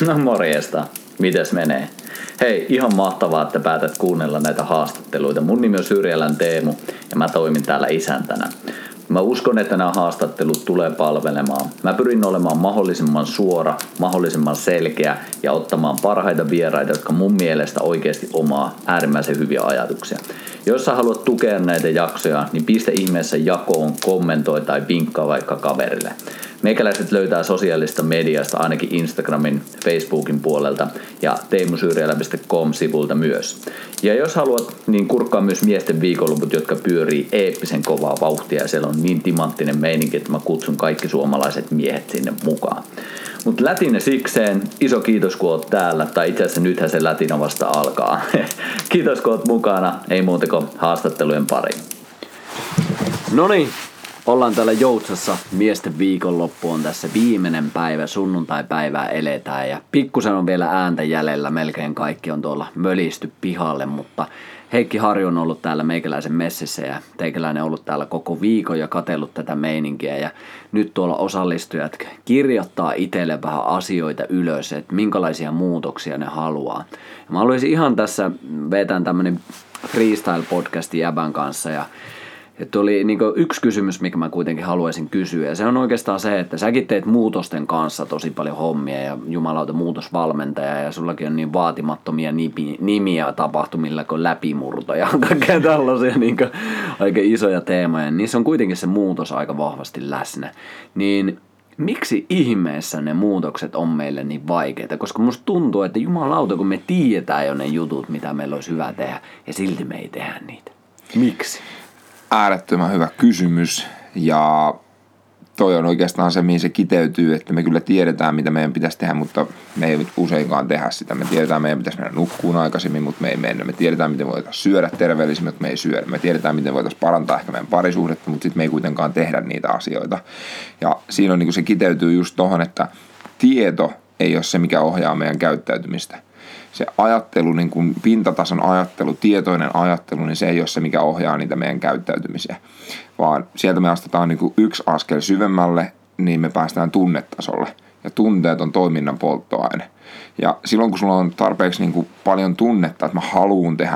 No morjesta, mites menee? Hei, ihan mahtavaa, että päätät kuunnella näitä haastatteluita. Mun nimi on Syrjälän Teemu ja mä toimin täällä isäntänä. Mä uskon, että nämä haastattelut tulee palvelemaan. Mä pyrin olemaan mahdollisimman suora, mahdollisimman selkeä ja ottamaan parhaita vieraita, jotka mun mielestä oikeasti omaa äärimmäisen hyviä ajatuksia. Jos sä haluat tukea näitä jaksoja, niin pistä ihmeessä jakoon, kommentoi tai vinkkaa vaikka kaverille. Meikäläiset löytää sosiaalista mediasta ainakin Instagramin, Facebookin puolelta ja teemusyrjälä.com-sivulta myös. Ja jos haluat, niin kurkkaa myös miesten viikonloput, jotka pyörii eeppisen kovaa vauhtia ja siellä on niin timanttinen meininki, että mä kutsun kaikki suomalaiset miehet sinne mukaan. Mutta lätinä sikseen, iso kiitos kun oot täällä, tai itse asiassa nythän se lätinä vasta alkaa. Kiitos kun oot mukana, ei muuta kuin haastattelujen pariin. Noniin. Ollaan täällä Joutsassa, miesten viikonloppu on tässä viimeinen päivä, sunnuntai-päivää eletään ja pikkusen on vielä ääntä jäljellä, melkein kaikki on tuolla mölisty pihalle, mutta Heikki Harju on ollut täällä meikäläisen messissä ja teikäläinen on ollut täällä koko viikon ja katsellut tätä meininkiä ja nyt tuolla osallistujat kirjoittaa itselle vähän asioita ylös, että minkälaisia muutoksia ne haluaa. Ja mä haluaisin ihan tässä vetään tämmönen freestyle-podcasti jäbän kanssa ja tuli niin yksi kysymys, mikä mä kuitenkin haluaisin kysyä, ja se on oikeastaan se, että säkin teet muutosten kanssa tosi paljon hommia, ja jumalauta muutosvalmentaja, ja sullakin on niin vaatimattomia nimiä tapahtumilla kuin läpimurto, ja kaikkea tällaisia niin aika isoja teemoja, niissä on kuitenkin se muutos aika vahvasti läsnä. Niin miksi ihmeessä ne muutokset on meille niin vaikeita? Koska musta tuntuu, että jumalauta, kun me tiedetään jo ne jutut, mitä meillä olisi hyvä tehdä, ja silti me ei tehdä niitä. Miksi? Äärettömän hyvä kysymys ja toi on oikeastaan se, mihin se kiteytyy, että me kyllä tiedetään, mitä meidän pitäisi tehdä, mutta me ei useinkaan tehdä sitä. Me tiedetään, meidän pitäisi mennä nukkuun aikaisemmin, mutta me ei mennä. Me tiedetään, miten voitaisiin syödä terveellisemmin, mutta me ei syödä. Me tiedetään, miten voitaisiin parantaa ehkä meidän parisuhdetta, mutta sitten me ei kuitenkaan tehdä niitä asioita. Ja siinä on niin kuin se kiteytyy just tohon, että tieto ei ole se, mikä ohjaa meidän käyttäytymistä. Se ajattelu, niin kuin pintatason ajattelu, tietoinen ajattelu, niin se ei ole se, mikä ohjaa niitä meidän käyttäytymisiä. Vaan sieltä me astetaan niin kuin yksi askel syvemmälle, niin me päästään tunnetasolle. Ja tunteet on toiminnan polttoaine. Ja silloin, kun sulla on tarpeeksi niin kuin paljon tunnetta, että mä haluun tehdä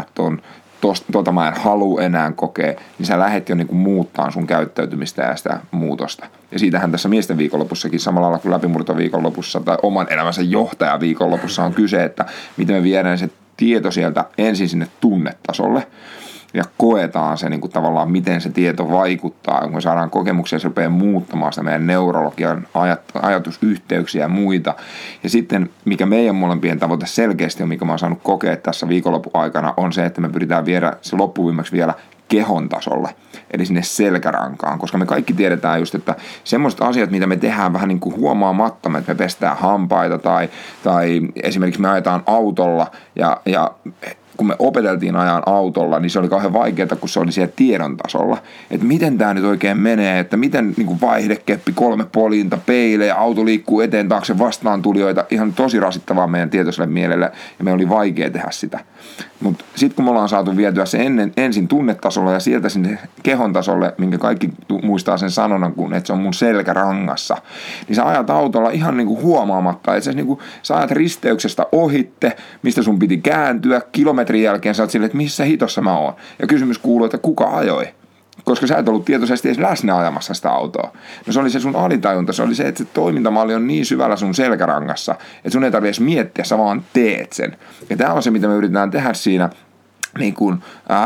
tuota mä en halua enää kokea, niin sä lähdet jo niin kuin muuttaa sun käyttäytymistä ja sitä muutosta. Ja siitähän tässä miesten viikonlopussakin samalla lailla kuin läpimurtoviikonlopussa tai oman elämänsä johtajaviikonlopussa on kyse, että miten me viedään se tieto sieltä ensin sinne tunnetasolle ja koetaan se niin kuin tavallaan, miten se tieto vaikuttaa. Kun me saadaan kokemuksia, se rupeaa muuttamaan sitä meidän neurologian ajatusyhteyksiä ja muita. Ja sitten, mikä meidän molempien tavoite selkeästi on, mikä mä oon saanut kokea tässä viikonlopun aikana, on se, että me pyritään viedä se loppuviimeksi vielä kehon tasolle, eli sinne selkärankaan, koska me kaikki tiedetään just, että semmoiset asiat, mitä me tehdään vähän niin kuin huomaamatta, että me pestään hampaita tai esimerkiksi me ajetaan autolla ja kun me opeteltiin ajan autolla, niin se oli kauhean vaikeaa, kun se oli siellä tiedon tasolla. Että miten tämä nyt oikein menee, että miten niin kuin vaihdekeppi, 3 poljinta, peilejä, auto liikkuu eteen taakse vastaan tulijoita, ihan tosi rasittavaa meidän tietoiselle mielelle, ja me oli vaikea tehdä sitä. Mutta sitten kun me ollaan saatu vietyä se ensin tunnetasolla ja sieltä sinne kehon tasolle, minkä kaikki muistaa sen sanonnan, kun että se on mun selkärangassa, niin sä ajat autolla ihan niinku huomaamatta, että niinku, sä ajat risteyksestä ohitte, mistä sun piti kääntyä, kilometrin jälkeen sä oot silleen, että missä hitossa mä oon. Ja kysymys kuuluu, että kuka ajoi? Koska sä et ollut tietoisesti edes läsnä ajamassa sitä autoa. No se oli se sun alitajunta, se oli se, että se toimintamalli on niin syvällä sun selkärangassa, että sun ei tarvitse edes miettiä, sä vaan teet sen. Ja tää on se, mitä me yritetään tehdä siinä niin kuin,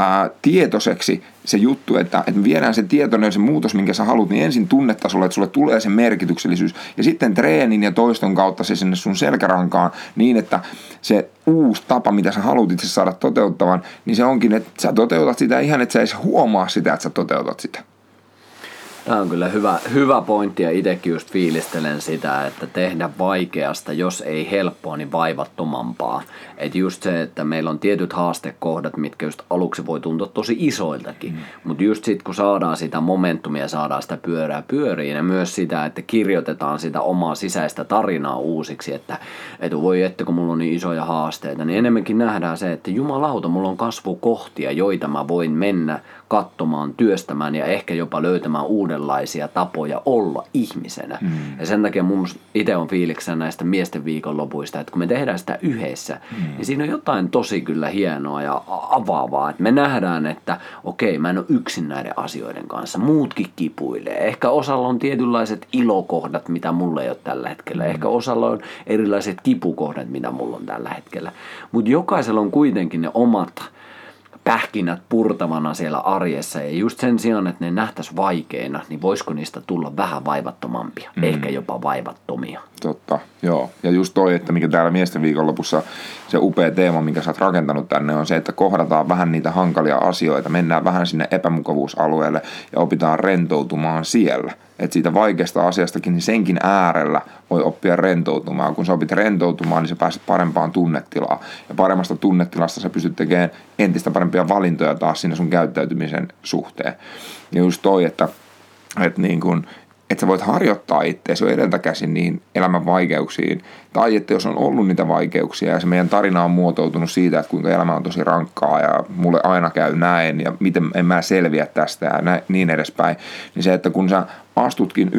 tietoiseksi se juttu, että me viedään se tietoinen, se muutos, minkä sä haluat, niin ensin tunnetasolla, että sulle tulee se merkityksellisyys, ja sitten treenin ja toiston kautta se sinne sun selkärankaan niin, että se uusi tapa, mitä sä haluat itse saada toteuttavan, niin se onkin, että sä toteutat sitä ihan, että sä edes huomaa sitä, että sä toteutat sitä. Tämä on kyllä hyvä pointti ja itsekin just fiilistelen sitä, että tehdä vaikeasta, jos ei helppoa, niin vaivattomampaa. Että just se, että meillä on tietyt haastekohdat, mitkä just aluksi voi tuntua tosi isoiltakin, mutta just sit kun saadaan sitä momentumia, saadaan sitä pyörää pyöriin ja myös sitä, että kirjoitetaan sitä omaa sisäistä tarinaa uusiksi, että voi että kun mulla on niin isoja haasteita, niin enemmänkin nähdään se, että jumalauta, mulla on kasvukohtia, joita mä voin mennä katsomaan, työstämään ja ehkä jopa löytämään uudenlaisia uudenlaisia tapoja olla ihmisenä. Ja sen takia mun itse on fiiliksessä näistä miesten viikonlopuista, että kun me tehdään sitä yhdessä, niin siinä on jotain tosi kyllä hienoa ja avaavaa. Että me nähdään, että okei, mä en ole yksin näiden asioiden kanssa. Muutkin kipuilee. Ehkä osalla on tietynlaiset ilokohdat, mitä mulla ei ole tällä hetkellä. Ehkä osalla on erilaiset kipukohdat, mitä mulla on tällä hetkellä. Mutta jokaisella on kuitenkin ne omat pähkinät purtavana siellä arjessa. Ja just sen sijaan, että ne nähtäisi vaikeina, niin voisiko niistä tulla vähän vaivattomampia. Ehkä jopa vaivattomia. Totta, joo. Ja just toi, että mikä täällä miesten viikonlopussa se upea teema, minkä sä oot rakentanut tänne, on se, että kohdataan vähän niitä hankalia asioita. Mennään vähän sinne epämukavuusalueelle ja opitaan rentoutumaan siellä. Että siitä vaikeasta asiastakin, niin senkin äärellä voi oppia rentoutumaan. Kun sä opit rentoutumaan, niin sä pääset parempaan tunnetilaan. Ja paremmasta tunnetilasta sä pystyt tekemään entistä parempia valintoja taas siinä sun käyttäytymisen suhteen. Ja just toi, että niin kun, että sä voit harjoittaa itseäsi jo edeltäkäsin niihin elämän vaikeuksiin. Tai että jos on ollut niitä vaikeuksia ja se meidän tarina on muotoutunut siitä, että kuinka elämä on tosi rankkaa ja mulle aina käy näin ja miten en mä selviä tästä ja niin edespäin. Niin se, että kun sä astutkin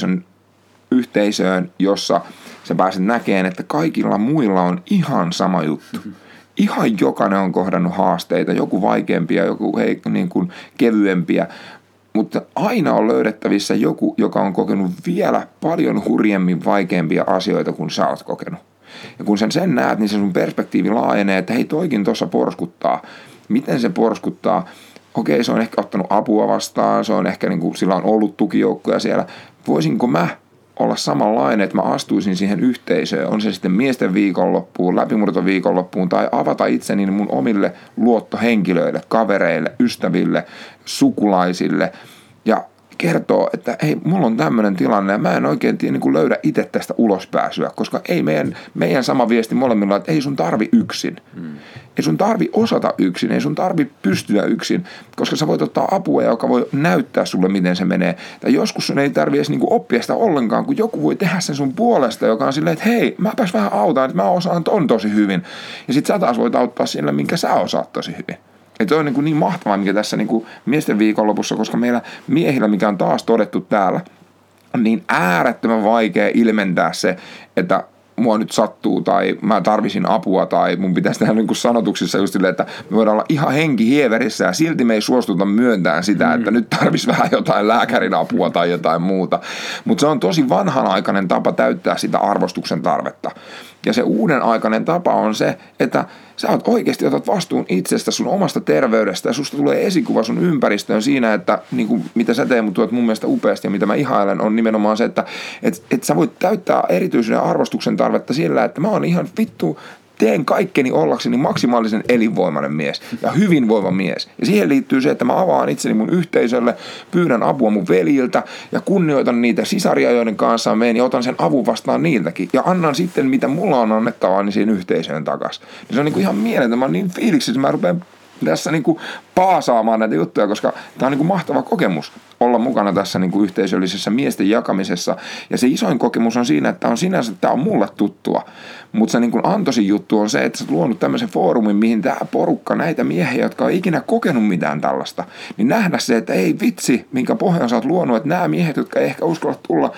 yhteisöön, jossa sä pääset näkemään, että kaikilla muilla on ihan sama juttu. Ihan jokainen on kohdannut haasteita, joku vaikeampia, joku niin kuin kevyempiä. Mutta aina on löydettävissä joku, joka on kokenut vielä paljon hurjemmin vaikeampia asioita kuin sä oot kokenut. Ja kun sen näet, niin se sun perspektiivi laajenee, että hei, toikin tuossa porskuttaa. Miten se porskuttaa? Okei, se on ehkä ottanut apua vastaan, se on ehkä niin kuin, sillä on ollut tukijoukkoja siellä. Voisinko mä olla samanlainen, että mä astuisin siihen yhteisöön, on se sitten miesten viikonloppuun, läpimurtoviikonloppuun tai avata itseni mun omille luottohenkilöille, kavereille, ystäville, sukulaisille ja kertoo, että hei, mulla on tämmöinen tilanne ja mä en oikein niin löydä itse tästä ulospääsyä, koska ei meidän sama viesti molemmilla, että ei sun tarvi yksin. Ei sun tarvi osata yksin, ei sun tarvi pystyä yksin, koska sä voit ottaa apua, joka voi näyttää sulle, miten se menee. Tai joskus sun ei tarvi edes niinku oppia sitä ollenkaan, kun joku voi tehdä sen sun puolesta, joka on silleen, että hei, mäpäs vähän autan, että mä osaan ton tosi hyvin. Ja sit sä taas voit auttaa sillä, minkä sä osaat tosi hyvin. Ja toi on niin mahtavaa, mikä tässä miesten viikonlopussa, koska meillä miehillä, mikä on taas todettu täällä, on niin äärettömän vaikea ilmentää se, että mua nyt sattuu tai mä tarvisin apua tai mun pitäisi tehdä niin kuin sanotuksissa just silleen, että me voidaan olla ihan henkihieverissä ja silti me ei suostuta myöntämään sitä, että nyt tarvisi vähän jotain lääkärin apua tai jotain muuta. Mutta se on tosi vanhanaikainen tapa täyttää sitä arvostuksen tarvetta. Ja se uuden aikainen tapa on se, että sä oikeasti otat vastuun itsestä, sun omasta terveydestä ja susta tulee esikuva sun ympäristöön siinä, että niin kuin, mitä sä teet, mutta mun mielestä upeasti ja mitä mä ihailen on nimenomaan se, että sä voit täyttää erityisen arvostuksen tarvetta sillä, että mä oon ihan vittu, teen kaikkeni ollakseni maksimaalisen elinvoimainen mies ja hyvinvoiva mies. Ja siihen liittyy se, että mä avaan itseni mun yhteisölle, pyydän apua mun veljiltä ja kunnioitan niitä sisaria, joiden kanssa menen ja otan sen avun vastaan niiltäkin. Ja annan sitten, mitä mulla on annettavaa, niin siihen yhteisöön takaisin. Ja se on ihan mieletön. Mä oon niin fiiliksissä, että mä rupean tässä paasaamaan näitä juttuja, koska tää on mahtava kokemus olla mukana tässä yhteisöllisessä miesten jakamisessa. Ja se isoin kokemus on siinä, että tää on mulle tuttua. Mutta se antoisin juttu on se, että sä oot luonut tämmöisen foorumin, mihin tää porukka, näitä miehiä, jotka on ikinä kokenut mitään tällaista, niin nähdä se, että ei vitsi, minkä pohjan sä oot luonut, että nämä miehet, jotka ei ehkä uskalla tulla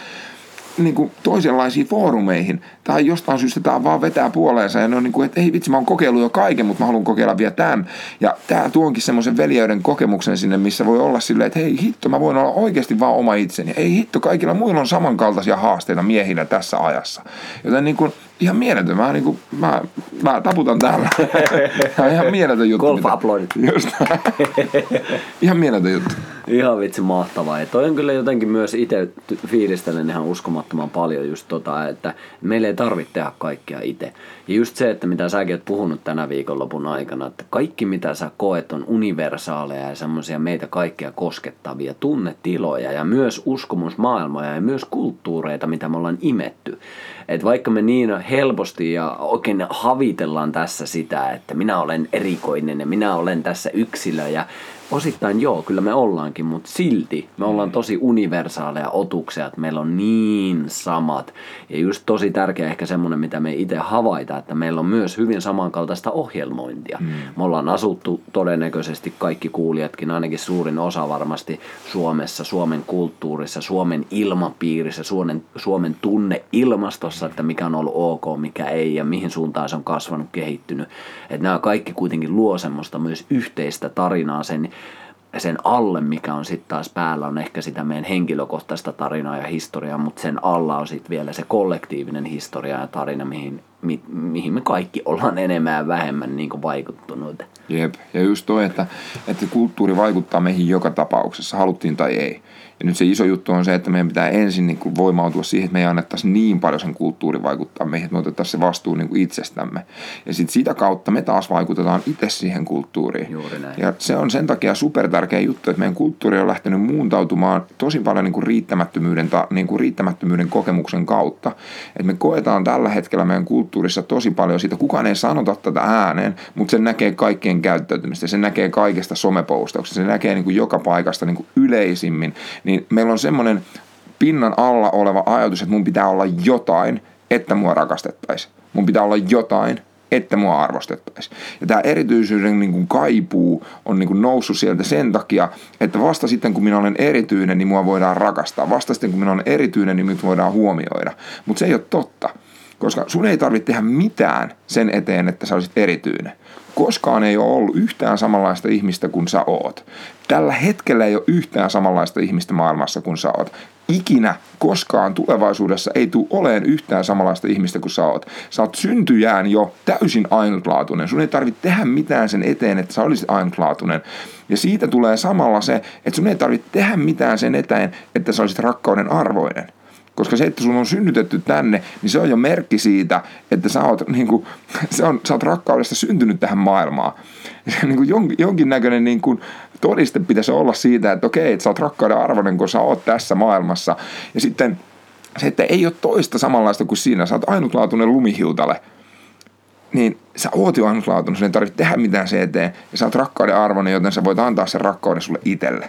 toisenlaisiin foorumeihin tai jostain syystä tää vaan vetää puoleensa ja ne on että ei vitsi, mä oon kokeillut jo kaiken, mutta mä haluan kokeilla vielä tämän. Ja tää tuonkin semmoisen veljeyden kokemuksen sinne, missä voi olla silleen, että hei hitto, mä voin olla oikeasti vaan oma itseni. Ei hitto, kaikilla muilla on samankaltaisia haasteita miehillä tässä ajassa. Joten ihan mieletön. Mä taputan täällä. Tämä on ihan mieletön juttu. Golf-aplodit. Just. Ihan mieletön juttu. Ihan vitsi mahtavaa. Ja toi on kyllä jotenkin myös itse fiilistelen ihan uskomattoman paljon just että meillä ei tarvitse tehdä kaikkea itse. Ja just se, että mitä säkin oot puhunut tänä viikonlopun aikana, että kaikki mitä sä koet on universaaleja ja semmoisia meitä kaikkia koskettavia tunnetiloja ja myös uskomusmaailmoja ja myös kulttuureita, mitä me ollaan imetty. Että vaikka me niin helposti ja oikein havitellaan tässä sitä, että minä olen erikoinen ja minä olen tässä yksilö ja osittain joo, kyllä me ollaankin, mutta silti me ollaan tosi universaaleja otuksia, että meillä on niin samat. Ja just tosi tärkeä ehkä semmoinen, mitä me itse havaita, että meillä on myös hyvin samankaltaista ohjelmointia. Me ollaan asuttu todennäköisesti kaikki kuulijatkin, ainakin suurin osa varmasti Suomessa, Suomen kulttuurissa, Suomen ilmapiirissä, Suomen tunneilmastossa, että mikä on ollut ok, mikä ei ja mihin suuntaan se on kasvanut, kehittynyt. Että nämä kaikki kuitenkin luo semmoista myös yhteistä tarinaa sen alle, mikä on sitten taas päällä, on ehkä sitä meidän henkilökohtaista tarinaa ja historiaa, mutta sen alla on sitten vielä se kollektiivinen historia ja tarina, mihin me kaikki ollaan enemmän ja vähemmän niin kuin vaikuttunut. Jep, ja just toi, että kulttuuri vaikuttaa meihin joka tapauksessa, haluttiin tai ei. Ja nyt se iso juttu on se, että meidän pitää ensin niin kuin voimautua siihen, että me ei annettaisi niin paljon sen kulttuurin vaikuttaa meihin, että me otettaisiin se vastuu niin kuin itsestämme. Ja sitten sitä kautta me taas vaikutetaan itse siihen kulttuuriin. Juuri näin. Ja se on sen takia supertärkeä juttu, että meidän kulttuuri on lähtenyt muuntautumaan tosi paljon niin kuin riittämättömyyden kokemuksen kautta. Että me koetaan tällä hetkellä meidän kulttuurissa tosi paljon siitä, kukaan ei sanota tätä ääneen, mutta se näkee kaikkien käyttäytymistä, se näkee kaikesta somepostauksesta, se näkee niin kuin joka paikasta niin kuin yleisimmin. Niin meillä on semmoinen pinnan alla oleva ajatus, että mun pitää olla jotain, että mua rakastettaisiin. Mun pitää olla jotain, että mua arvostettaisiin. Ja tämä erityisyyden niin kuin kaipuu on niin kuin noussut sieltä sen takia, että vasta sitten kun minä olen erityinen, niin mua voidaan rakastaa. Vasta sitten kun minä olen erityinen, niin minut voidaan huomioida. Mutta se ei ole totta, koska sun ei tarvitse tehdä mitään sen eteen, että sä olisit erityinen. Koskaan ei ole ollut yhtään samanlaista ihmistä kuin sä oot. Tällä hetkellä ei ole yhtään samanlaista ihmistä maailmassa kuin sä oot. Ikinä, koskaan tulevaisuudessa ei tule oleen yhtään samanlaista ihmistä kuin sä oot. Sä oot syntyjään jo täysin ainutlaatuinen. Sun ei tarvitse tehdä mitään sen eteen, että sä olisit ainutlaatuinen. Ja siitä tulee samalla se, että sun ei tarvitse tehdä mitään sen eteen, että sä olisit rakkauden arvoinen. Koska se, että sun on synnytetty tänne, niin se on jo merkki siitä, että sä oot, sä oot rakkaudesta syntynyt tähän maailmaan. Jonkinnäköinen todiste pitäisi olla siitä, että okei, että sä oot rakkauden arvoinen, kun sä oot tässä maailmassa. Ja sitten se, että ei ole toista samanlaista kuin siinä, sä oot ainutlaatuinen lumihiutale. Niin sä oot jo ainutlaatuinen, sun ei tarvitse tehdä mitään sen eteen. Ja sä oot rakkauden arvoinen, joten sä voit antaa sen rakkauden sulle itselle.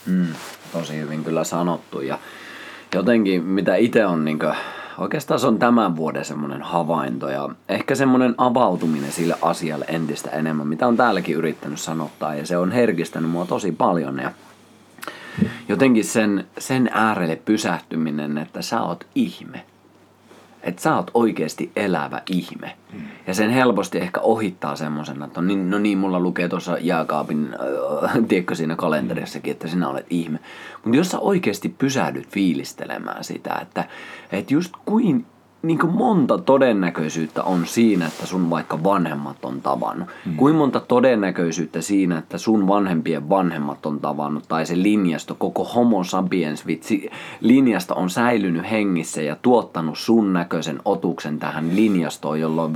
Tosi hyvin kyllä sanottu. Ja jotenkin, mitä itse on, oikeastaan se on tämän vuoden semmoinen havainto ja ehkä semmoinen avautuminen sille asialle entistä enemmän, mitä on täälläkin yrittänyt sanottaa ja se on herkistänyt mua tosi paljon ja jotenkin sen äärelle pysähtyminen, että sä oot ihme. Että sä oot oikeasti elävä ihme. Ja sen helposti ehkä ohittaa semmosena, että no niin, mulla lukee tuossa jääkaapin, tiedätkö siinä kalenterissakin, että sinä olet ihme. Mutta jos sä oikeasti pysähdyt fiilistelemään sitä, että just kuin monta todennäköisyyttä on siinä, että sun vaikka vanhemmat on tavannut. Kuinka monta todennäköisyyttä siinä, että sun vanhempien vanhemmat on tavannut, tai se linjasto, koko homo sapiens linjasta on säilynyt hengissä ja tuottanut sun näköisen otuksen tähän linjastoon, jolloin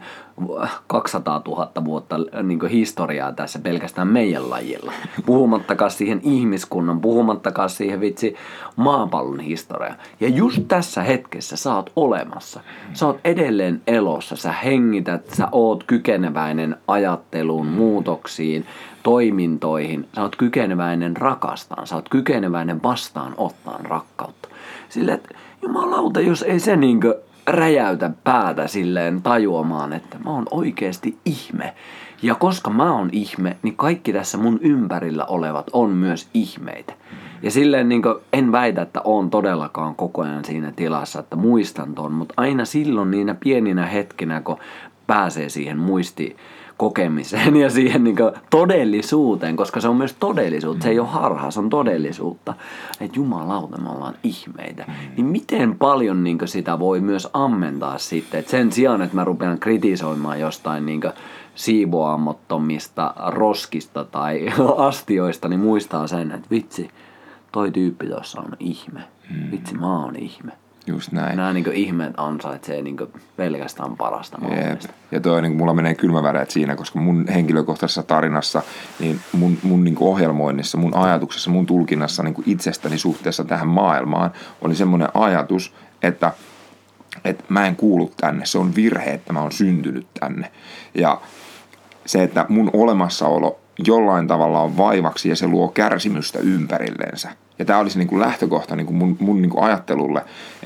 200 000 vuotta historiaa tässä pelkästään meidän lajilla. Puhumattakaan siihen ihmiskunnan, puhumattakaan siihen maapallon historiaan. Ja just tässä hetkessä sä oot olemassa. Sä oot edelleen elossa, sä hengität, sä oot kykeneväinen ajatteluun, muutoksiin, toimintoihin. Sä oot kykeneväinen rakastaan, sä oot kykeneväinen vastaanottaan rakkautta. Sillä että jumalauta, jos ei se räjäytä päätä silleen tajuamaan, että mä oon oikeasti ihme. Ja koska mä oon ihme, niin kaikki tässä mun ympärillä olevat on myös ihmeitä. Ja silleen en väitä, että oon todellakaan koko ajan siinä tilassa, että muistan ton, mutta aina silloin niinä pieninä hetkinä, kun pääsee siihen muistikokemiseen ja siihen todellisuuteen, koska se on myös todellisuutta, se ei ole harhaa, se on todellisuutta, että jumalauta, me ollaan ihmeitä, niin miten paljon sitä voi myös ammentaa sitten, että sen sijaan, että mä rupean kritisoimaan jostain siivoamottomista roskista tai astioista, niin muistaa sen, että vitsi, toi tyyppi tuossa on ihme, vitsi mä oon ihme. Just näin. Nämä ihmeet ansaitsee pelkästään parasta mun mielestä. Ja toi mulla menee kylmäväreet siinä, koska mun henkilökohtaisessa tarinassa, niin mun ohjelmoinnissa, mun ajatuksessa, mun tulkinnassa itsestäni suhteessa tähän maailmaan oli semmoinen ajatus, että mä en kuulu tänne. Se on virhe, että mä oon syntynyt tänne. Ja se, että mun olemassaolo jollain tavalla on vaivaksi ja se luo kärsimystä ympärilleensä. Ja tämä oli se niin kuin lähtökohta niin kuin mun niin kuin ajattelulle,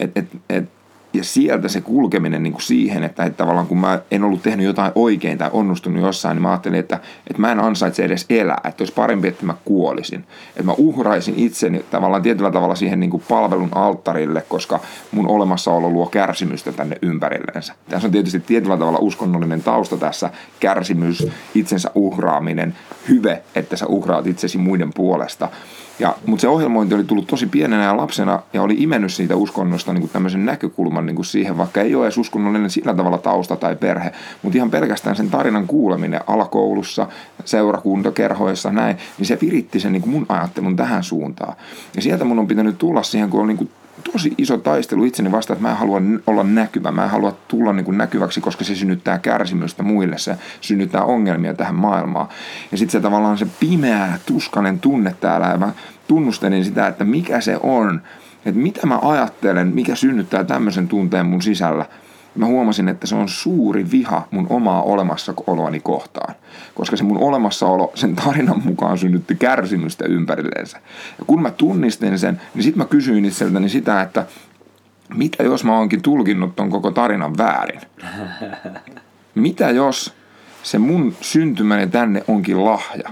ja sieltä se kulkeminen niin kuin siihen, että tavallaan kun mä en ollut tehnyt jotain oikein tai onnistunut jossain, niin mä ajattelin, että mä en ansaitse edes elää, että olisi parempi, että mä kuolisin. Että mä uhraisin itseni tavallaan tietyllä tavalla siihen niin kuin palvelun alttarille, koska mun olemassaolo luo kärsimystä tänne ympärilleensä. Tässä on tietysti tietyllä tavalla uskonnollinen tausta tässä, kärsimys, itsensä uhraaminen, hyve, että sä uhraat itsesi muiden puolesta. Mutta se ohjelmointi oli tullut tosi pienenä ja lapsena ja oli imennyt siitä uskonnosta niin kuin tämmöisen näkökulman niin kuin siihen, vaikka ei ole edes uskonnollinen sillä tavalla tausta tai perhe, mutta ihan pelkästään sen tarinan kuuleminen alakoulussa, seurakuntakerhoissa, näin, niin se viritti sen niin kuin mun ajattelun tähän suuntaan. Ja sieltä mun on pitänyt tulla siihen, kun on niin kuin tosi iso taistelu itseni vastaan, että mä en halua olla näkyvä, mä en halua tulla niin kuin näkyväksi, koska se synnyttää kärsimystä muille, se synnyttää ongelmia tähän maailmaan. Ja sitten se tavallaan se pimeä, tuskainen tunne täällä, ja mä tunnustelin sitä, että mikä se on, että mitä mä ajattelen, mikä synnyttää tämmöisen tunteen mun sisällä. Mä huomasin, että se on suuri viha mun omaa olemassaoloani kohtaan, koska se mun olemassaolo sen tarinan mukaan synnytti kärsimystä ympärilleensä. Ja kun mä tunnistin sen, niin sit mä kysyin itseltäni sitä, että mitä jos mä oonkin tulkinnut ton koko tarinan väärin? Mitä jos se mun syntymäni tänne onkin lahja?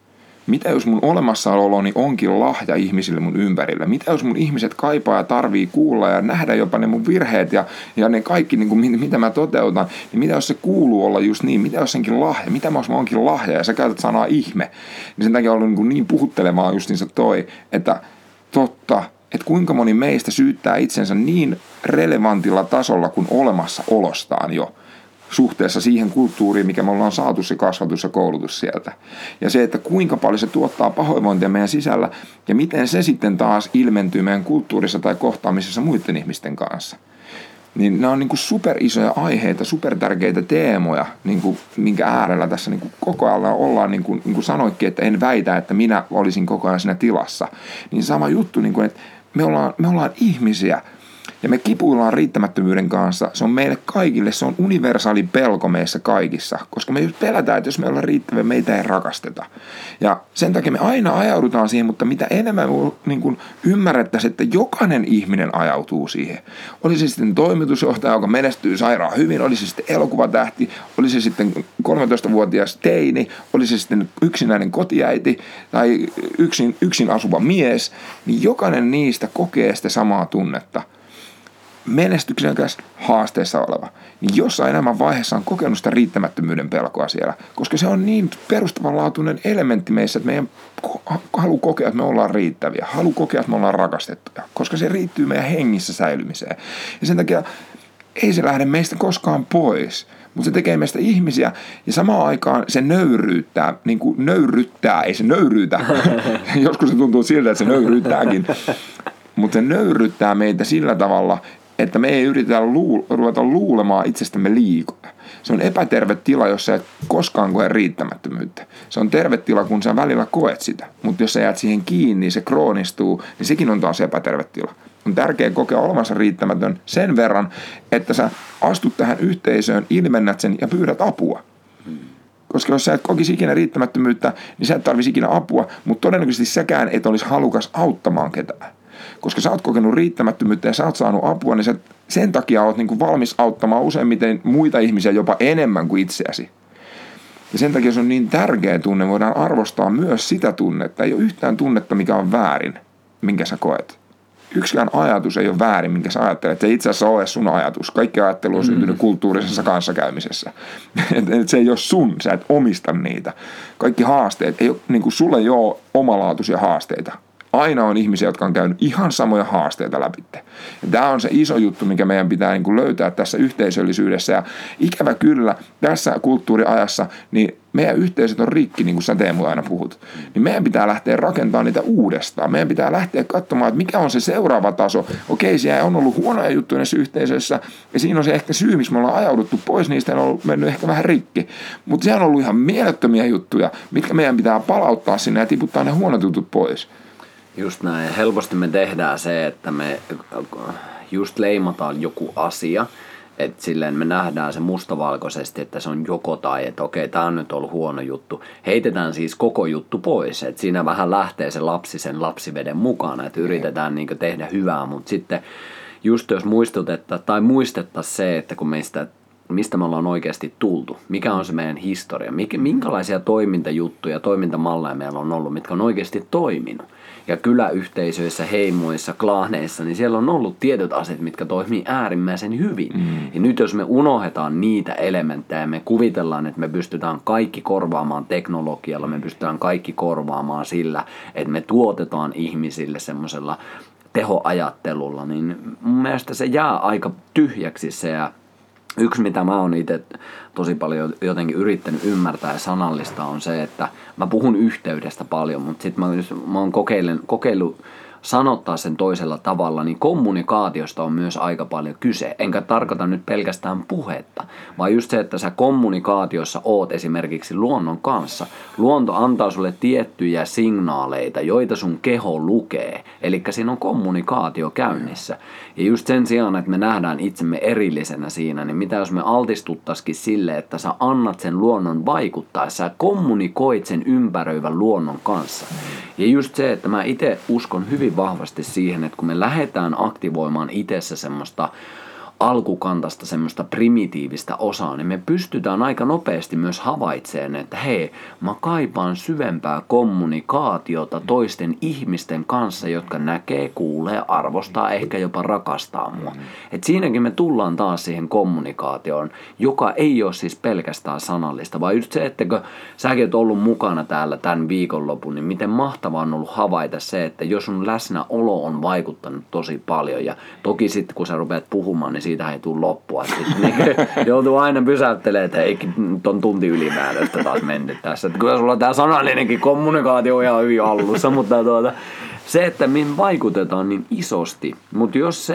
Mitä jos mun olemassaoloni onkin lahja ihmisille mun ympärillä? Mitä jos mun ihmiset kaipaa ja tarvii kuulla ja nähdä jopa ne mun virheet ja ne kaikki, niin kuin, mitä mä toteutan, niin mitä jos se kuuluu olla just niin? Mitä jos senkin lahja? Mitä jos mä onkin lahja ja sä käytät sanaa ihme? Niin sen takia on ollut niin puhuttelevaa justiinsa toi, että totta, että kuinka moni meistä syyttää itsensä niin relevantilla tasolla kuin olemassaolostaan jo suhteessa siihen kulttuuriin, mikä me ollaan saatu se kasvatus ja koulutus sieltä. Ja se, että kuinka paljon se tuottaa pahoinvointia meidän sisällä ja miten se sitten taas ilmentyy meidän kulttuurissa tai kohtaamisessa muiden ihmisten kanssa. Niin nämä on niin kuin superisoja aiheita, supertärkeitä teemoja, niin kuin, minkä äärellä tässä niin kuin koko ajan ollaan, niin kuin sanoitkin, että en väitä, että minä olisin koko ajan siinä tilassa. Niin sama juttu, niin kuin, että me ollaan ihmisiä, ja me kipuillaan riittämättömyyden kanssa. Se on meille kaikille, se on universaali pelko meissä kaikissa, koska me just pelätään, että jos me ollaan riittäviä, meitä ei rakasteta. Ja sen takia me aina ajaudutaan siihen, mutta mitä enemmän me niin kuin ymmärrettäisiin, että jokainen ihminen ajautuu siihen. Oli se sitten toimitusjohtaja, joka menestyy sairaan hyvin, oli se sitten elokuvatähti, oli se sitten 13-vuotias teini, oli se sitten yksinäinen kotiäiti tai yksin asuva mies, niin jokainen niistä kokee sitä samaa tunnetta. Menestyksekäs haasteessa oleva, niin jossain elämän vaiheessa on kokenut sitä riittämättömyyden pelkoa siellä, koska se on niin perustavanlaatuinen elementti meissä, että meidän halu kokea, että me ollaan riittäviä, halu kokea, että me ollaan rakastettuja, koska se riittyy meidän hengissä säilymiseen. Ja sen takia ei se lähde meistä koskaan pois, mutta se tekee meistä ihmisiä ja samaan aikaan se nöyryyttää, niin kuin nöyryyttää, ei se nöyryytä, joskus se tuntuu siltä, että se nöyryyttääkin, mutta se nöyryyttää meitä sillä tavalla, että me ei yritetä ruveta luulemaan itsestämme liikaa. Se on epäterve tila, jos sä et koskaan koe riittämättömyyttä. Se on terve tila, kun sä välillä koet sitä. Mutta jos sä jäät siihen kiinni, se kroonistuu, niin sekin on taas epäterve tila. On tärkeää kokea olemassa riittämätön sen verran, että sä astut tähän yhteisöön, ilmennät sen ja pyydät apua. Koska jos sä et kokisi ikinä riittämättömyyttä, niin sä et tarvisi ikinä apua, mutta todennäköisesti säkään et olisi halukas auttamaan ketään. Koska sä oot kokenut riittämättömyyttä ja sä oot saanut apua, niin sä sen takia oot niinku valmis auttamaan useimmiten muita ihmisiä jopa enemmän kuin itseäsi. Ja sen takia se on niin tärkeä tunne, voidaan arvostaa myös sitä tunnetta. Ei ole yhtään tunnetta, mikä on väärin, minkä sä koet. Yksikään ajatus ei ole väärin, minkä sä ajattelet. Se ei itse asiassa ole sun ajatus. Kaikki ajattelu on syntynyt kulttuurisessa kanssakäymisessä. Se ei ole sun, sä et omista niitä. Kaikki haasteet, ei ole, niin kuin sulle ei ole omalaatuisia haasteita. Aina on ihmisiä, jotka on käynyt ihan samoja haasteita läpi. Ja tämä on se iso juttu, mikä meidän pitää niin kuin löytää tässä yhteisöllisyydessä. Ja ikävä kyllä, tässä kulttuuriajassa, niin meidän yhteisöt on rikki, niin kuin sä Teemu aina puhut. Niin meidän pitää lähteä rakentamaan niitä uudestaan. Meidän pitää lähteä katsomaan, että mikä on se seuraava taso. Okei, siellä on ollut huonoja juttuja näissä yhteisöissä, ja siinä on se ehkä syy, missä me ollaan ajauduttu pois, niistä on mennyt ehkä vähän rikki. Mutta siellä on ollut ihan mielettömiä juttuja, mitkä meidän pitää palauttaa sinne ja tiputtaa ne huonot jutut pois. Just näin. Helposti me tehdään se, että me just leimataan joku asia, Että silleen me nähdään se mustavalkoisesti, että se on joko tai, että okei, tää on nyt ollut huono juttu. Heitetään siis koko juttu pois, että siinä vähän lähtee se lapsi sen lapsiveden mukana, että yritetään niin tehdä hyvää, mutta sitten just jos muistettaisiin se, että kun mistä me ollaan oikeasti tultu, mikä on se meidän historia, minkälaisia toimintajuttuja, toimintamalleja meillä on ollut, mitkä on oikeasti toiminut. Ja kyläyhteisöissä, heimoissa, klaaneissa, niin siellä on ollut tietyt asiat, mitkä toimii äärimmäisen hyvin. Ja nyt jos me unohdetaan niitä elementtejä ja me kuvitellaan, että me pystytään kaikki korvaamaan teknologialla, me pystytään kaikki korvaamaan sillä, että me tuotetaan ihmisille semmoisella tehoajattelulla, niin mun mielestä se jää aika tyhjäksi se. Ja yksi, mitä mä oon itse tosi paljon jotenkin yrittänyt ymmärtää ja sanallistaa, on se, että mä puhun yhteydestä paljon, mutta sitten mä oon kokeillut sanottaa sen toisella tavalla, niin kommunikaatiosta on myös aika paljon kyse. Enkä tarkoita nyt pelkästään puhetta, vaan just se, että sä kommunikaatiossa oot esimerkiksi luonnon kanssa. Luonto antaa sulle tiettyjä signaaleita, joita sun keho lukee. Eli siinä on kommunikaatio käynnissä. Ja just sen sijaan, että me nähdään itsemme erillisenä siinä, niin mitä jos me altistuttaisikin sille, että sä annat sen luonnon vaikuttaa, sä kommunikoit sen ympäröivän luonnon kanssa. Ja just se, että mä itse uskon hyvin vahvasti siihen, että kun me lähdetään aktivoimaan itsessä semmoista alkukantasta, semmoista primitiivistä osaa, niin me pystytään aika nopeasti myös havaitsemaan, että hei, mä kaipaan syvempää kommunikaatiota toisten ihmisten kanssa, jotka näkee, kuulee, arvostaa, ehkä jopa rakastaa mua. Et siinäkin me tullaan taas siihen kommunikaatioon, joka ei ole siis pelkästään sanallista, vaan just se, että kun säkin oot ollut mukana täällä tämän viikonlopun, niin miten mahtavaa on ollut havaita se, että jos sun läsnäolo on vaikuttanut tosi paljon, ja toki sitten kun sä rupeat puhumaan, niin siitä ei tule loppua. Sitten joutuu aina pysäyttelemään, että ei ton tunti ylimääräistä taas mennyt tässä. Että kyllä sulla on tää sanallinenkin kommunikaatio ihan hyvin hallussa, mutta se, että me vaikutetaan niin isosti. Mutta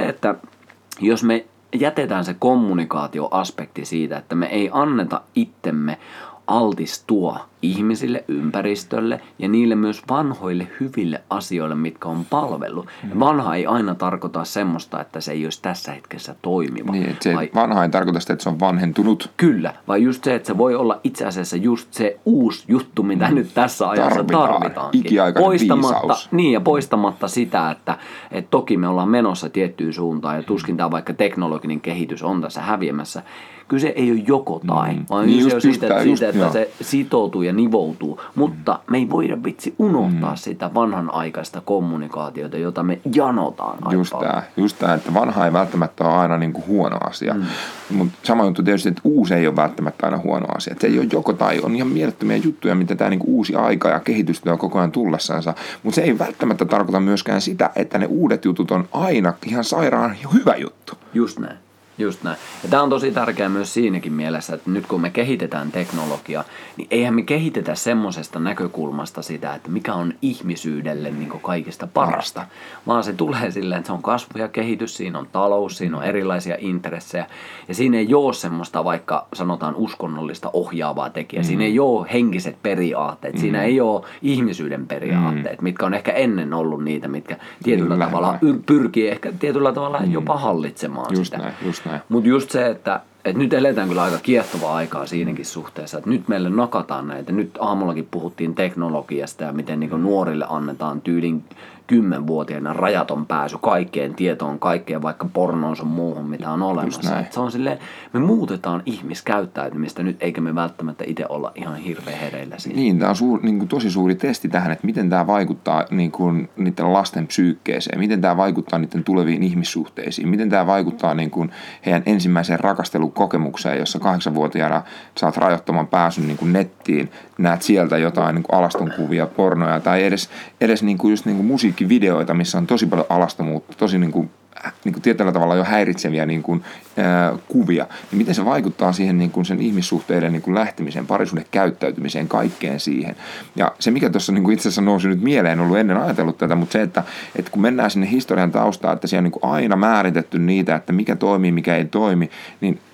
jos me jätetään se kommunikaatioaspekti siitä, että me ei anneta itsemme altistua ihmisille, ympäristölle ja niille myös vanhoille hyville asioille, mitkä on palvellut. Vanha ei aina tarkoita semmoista, että se ei olisi tässä hetkessä toimiva. Niin, vanha ei tarkoita sitä, että se on vanhentunut. Kyllä, vai just se, että se voi olla itse asiassa just se uusi juttu, mitä nyt tässä ajassa tarvitaankin. Ikiaikainen viisaus. Niin, ja poistamatta sitä, että toki me ollaan menossa tiettyyn suuntaan ja tuskin tämä vaikka teknologinen kehitys on tässä häviämässä. Kyse ei ole joko tai, vaan niin kyse on siitä, että se sitoutuu ja nivoutuu. Mutta me ei voida vitsi unohtaa sitä vanhanaikaista kommunikaatiota, jota me janotaan aika paljon. Just tämä, että vanha ei välttämättä ole aina niin kuin huono asia. Mutta sama juttu tietysti, että uusi ei ole välttämättä aina huono asia. Että se ei ole joko tai, on ihan mielettömiä juttuja, mitä tämä niin kuin uusi aika ja kehitys on koko ajan tullessansa. Mutta se ei välttämättä tarkoita myöskään sitä, että ne uudet jutut on aina ihan sairaan hyvä juttu. Just näin. Just näin. Ja tämä on tosi tärkeää myös siinäkin mielessä, että nyt kun me kehitetään teknologiaa, niin eihän me kehitetä semmoisesta näkökulmasta sitä, että mikä on ihmisyydelle niin kuin kaikista parasta, vaan se tulee silleen, että se on kasvu ja kehitys, siinä on talous, siinä on erilaisia intressejä, ja siinä ei ole semmoista vaikka sanotaan uskonnollista ohjaavaa tekijää, siinä ei ole henkiset periaatteet, siinä ei ole ihmisyyden periaatteet, mitkä on ehkä ennen ollut niitä, mitkä tietyllä tavalla pyrkii ehkä tietyllä tavalla jopa hallitsemaan just sitä. Näin. Mutta just se, että nyt eletään kyllä aika kiehtovaa aikaa siinäkin suhteessa, että nyt meille nakataan näitä. Nyt aamullakin puhuttiin teknologiasta ja miten niin nuorille annetaan tyylin 10-vuotiaana rajaton pääsy kaikkeen tietoon, kaikkeen vaikka pornoon sun muuhun, mitä on olemassa. Se on silleen, me muutetaan ihmiskäyttäytymistä nyt, eikä me välttämättä itse olla ihan hirveän hereillä siitä. Niin, tämä on niin tosi suuri testi tähän, että miten tämä vaikuttaa niin kuin niiden lasten psyykkeeseen, miten tämä vaikuttaa niiden tuleviin ihmissuhteisiin, miten tämä vaikuttaa niin kuin heidän ensimmäiseen rakastelukokemukseen, jossa 8-vuotiaana saat rajoittaman pääsyn niin kuin nettiin, näet sieltä jotain niin kuin alastonkuvia, pornoja tai edes niin kuin just niin kuin musiikkivideoita, missä on tosi paljon alastomuutta, tosi niin kuin tietyllä tavalla jo häiritseviä niin kuin, kuvia, niin miten se vaikuttaa siihen niin kuin sen ihmissuhteiden niin kuin lähtemiseen, parisuuden käyttäytymiseen, kaikkeen siihen. Ja se, mikä tuossa niin kuin itse asiassa nousi nyt mieleen, en ollut ennen ajatellut tätä, mutta se, että kun mennään sinne historian taustaan, että siellä on niin kuin aina määritetty niitä, että mikä toimii, mikä ei toimi, niin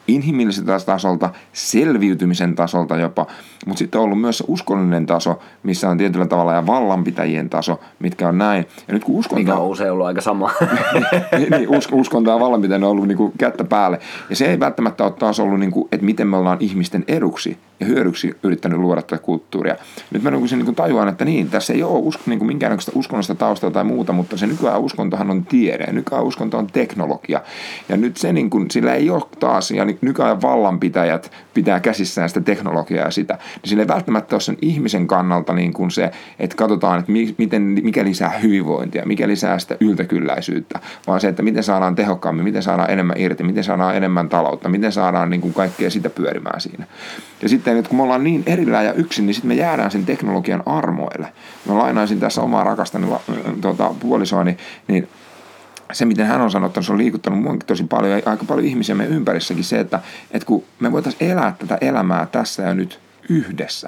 inhimilliseltä tasolta, selviytymisen tasolta jopa, mutta sitten on ollut myös se uskollinen taso, missä on tietyllä tavalla ja vallanpitäjien taso, mitkä on näin. Ja nyt kun uskonto... Mikä on usein ollut aika sama. niin, uskonto ja vallanpitäjien on ollut niinku kättä päälle. Ja se ei välttämättä ole taas ollut, niinku, että miten me ollaan ihmisten eduksi ja hyödyksi yrittänyt luoda tätä kulttuuria. Nyt mä niinku tajuan, että niin, tässä ei ole niinku minkäännäköistä uskonnollista taustaa tai muuta, mutta se nykyään uskontohan on tiede ja nykyään uskonto on teknologia. Ja nyt se niinku, sillä ei ole taas, ja nykyään vallanpitäjät pitää käsissään sitä teknologiaa ja sitä, niin sillä ei välttämättä ole sen ihmisen kannalta niin kuin se, että katsotaan, että mikä lisää hyvinvointia, mikä lisää sitä yltäkylläisyyttä, vaan se, että miten saadaan tehokkaammin, miten saadaan enemmän irti, miten saadaan enemmän taloutta, miten saadaan niin kuin kaikkea sitä pyörimään siinä. Ja sitten, että kun me ollaan niin erillään ja yksin, niin sitten me jäädään sen teknologian armoille. Mä lainaisin tässä omaa rakastani puolisoani, niin se, miten hän on sanottanut, se on liikuttanut muunkin tosi paljon ja aika paljon ihmisiä meidän ympärissäkin se, että kun me voitaisiin elää tätä elämää tässä ja nyt yhdessä.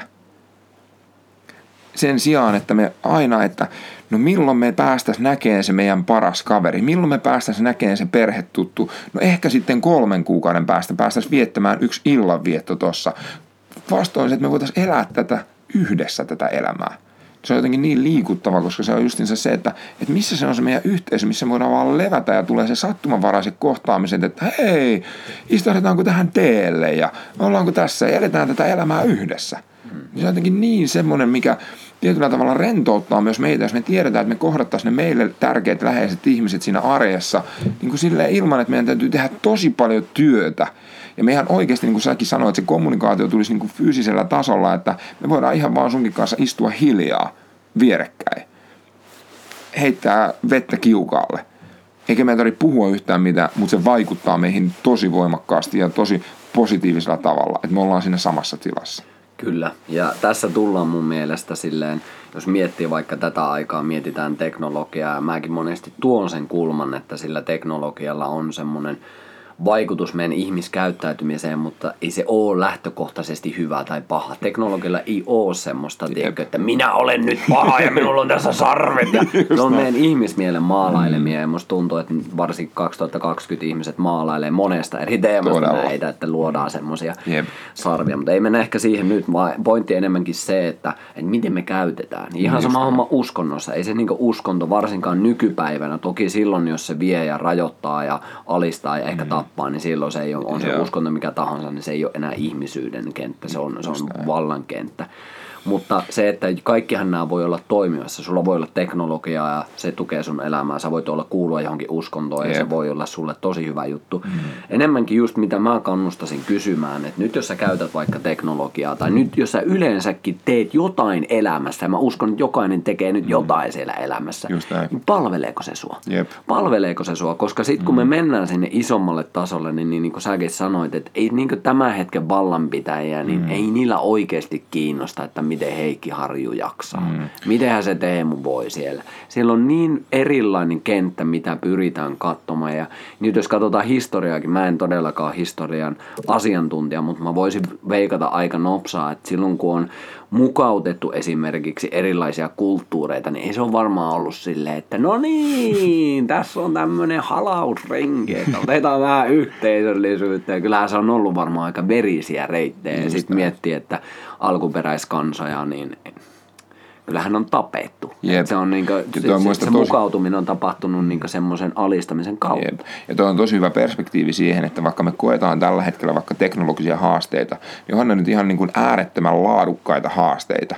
Sen sijaan, että me aina, että no milloin me päästäisiin näkemään se meidän paras kaveri, milloin me päästäisiin näkemään se perhetuttu, no ehkä sitten 3 kuukauden päästä päästäisiin viettämään yksi illanvietto tuossa. Vastoin se, että me voitaisiin elää tätä yhdessä tätä elämää. Se on jotenkin niin liikuttava, koska se on justiinsa se, että missä se on se meidän yhteisö, missä voidaan vaan levätä ja tulee se sattumanvaraiset kohtaamiset, että hei, istuhdetaanko tähän teelle ja ollaanko tässä ja eletään tätä elämää yhdessä. Se on jotenkin niin semmoinen, mikä tietyllä tavalla rentouttaa myös meitä, jos me tiedetään, että me kohdattaisiin ne meille tärkeät läheiset ihmiset siinä arjessa, niin kuin silleen ilman, että meidän täytyy tehdä tosi paljon työtä. Ja me ihan oikeasti, niin kuin säkin sanoit, että se kommunikaatio tulisi niin kuin fyysisellä tasolla, että me voidaan ihan vaan sunkin kanssa istua hiljaa vierekkäin. Heittää vettä kiukaalle. Eikä meidän tarvitse puhua yhtään mitään, mutta se vaikuttaa meihin tosi voimakkaasti ja tosi positiivisella tavalla, että me ollaan siinä samassa tilassa. Kyllä, ja tässä tullaan mun mielestä silleen, jos miettii vaikka tätä aikaa, mietitään teknologiaa, ja mäkin monesti tuon sen kulman, että sillä teknologialla on semmoinen vaikutus meidän ihmiskäyttäytymiseen, mutta ei se ole lähtökohtaisesti hyvä tai paha. Teknologialla ei ole semmoista, tiedätkö, että minä olen nyt paha ja minulla on tässä sarvet. Ja ne on meidän ihmismielen maalailemia ja musta tuntuu, että varsinkin 2020 ihmiset maalailee monesta eri teemasta näitä, että luodaan semmoisia sarvia. Mutta ei mennä ehkä siihen nyt, vaan pointti enemmänkin se, että miten me käytetään. Ihan sama homma uskonnossa. Ei se niinku uskonto varsinkaan nykypäivänä. Toki silloin, jos se vie ja rajoittaa ja alistaa ja ehkä tappaa, niin silloin se ei ole, on se uskonto mikä tahansa, niin se ei ole enää ihmisyyden kenttä, se on vallan kenttä. Mutta se, että kaikkihan nämä voi olla toimivassa, sulla voi olla teknologiaa ja se tukee sun elämää, sä voit olla kuulua johonkin uskontoon ja se voi olla sulle tosi hyvä juttu. Enemmänkin just mitä mä kannustasin kysymään, että nyt jos sä käytät vaikka teknologiaa tai nyt jos sä yleensäkin teet jotain elämässä, ja mä uskon, että jokainen tekee nyt jotain siellä elämässä, niin palveleeko se sua? Palveleeko se sua? Koska sit kun me mennään sinne isommalle tasolle, niin kuin säkin sanoit, että ei niin kuin tämän hetken vallanpitäjiä, niin ei niillä oikeasti kiinnosta, että miten Heikki Harju jaksaa. Mitenhän se Teemu voi siellä. Siellä on niin erilainen kenttä, mitä pyritään katsomaan. Ja nyt jos katsotaan historiaakin, mä en todellakaan historian asiantuntija, mutta mä voisin veikata aika nopsaa, että silloin kun on mukautettu esimerkiksi erilaisia kulttuureita, niin ei se ole varmaan ollut silleen, että no niin, tässä on tämmöinen halausrenki, että otetaan vähän yhteisöllisyyttä. Ja kyllähän se on ollut varmaan aika verisiä reittejä. Ja sitten miettii, että alkuperäiskansoja, niin kyllähän on tapettu. Se on niinku, se mukautuminen on tapahtunut niinku semmoisen alistamisen kautta. Ja tuo on tosi hyvä perspektiivi siihen, että vaikka me koetaan tällä hetkellä vaikka teknologisia haasteita, niin onhan ne nyt ihan niin kuin äärettömän laadukkaita haasteita.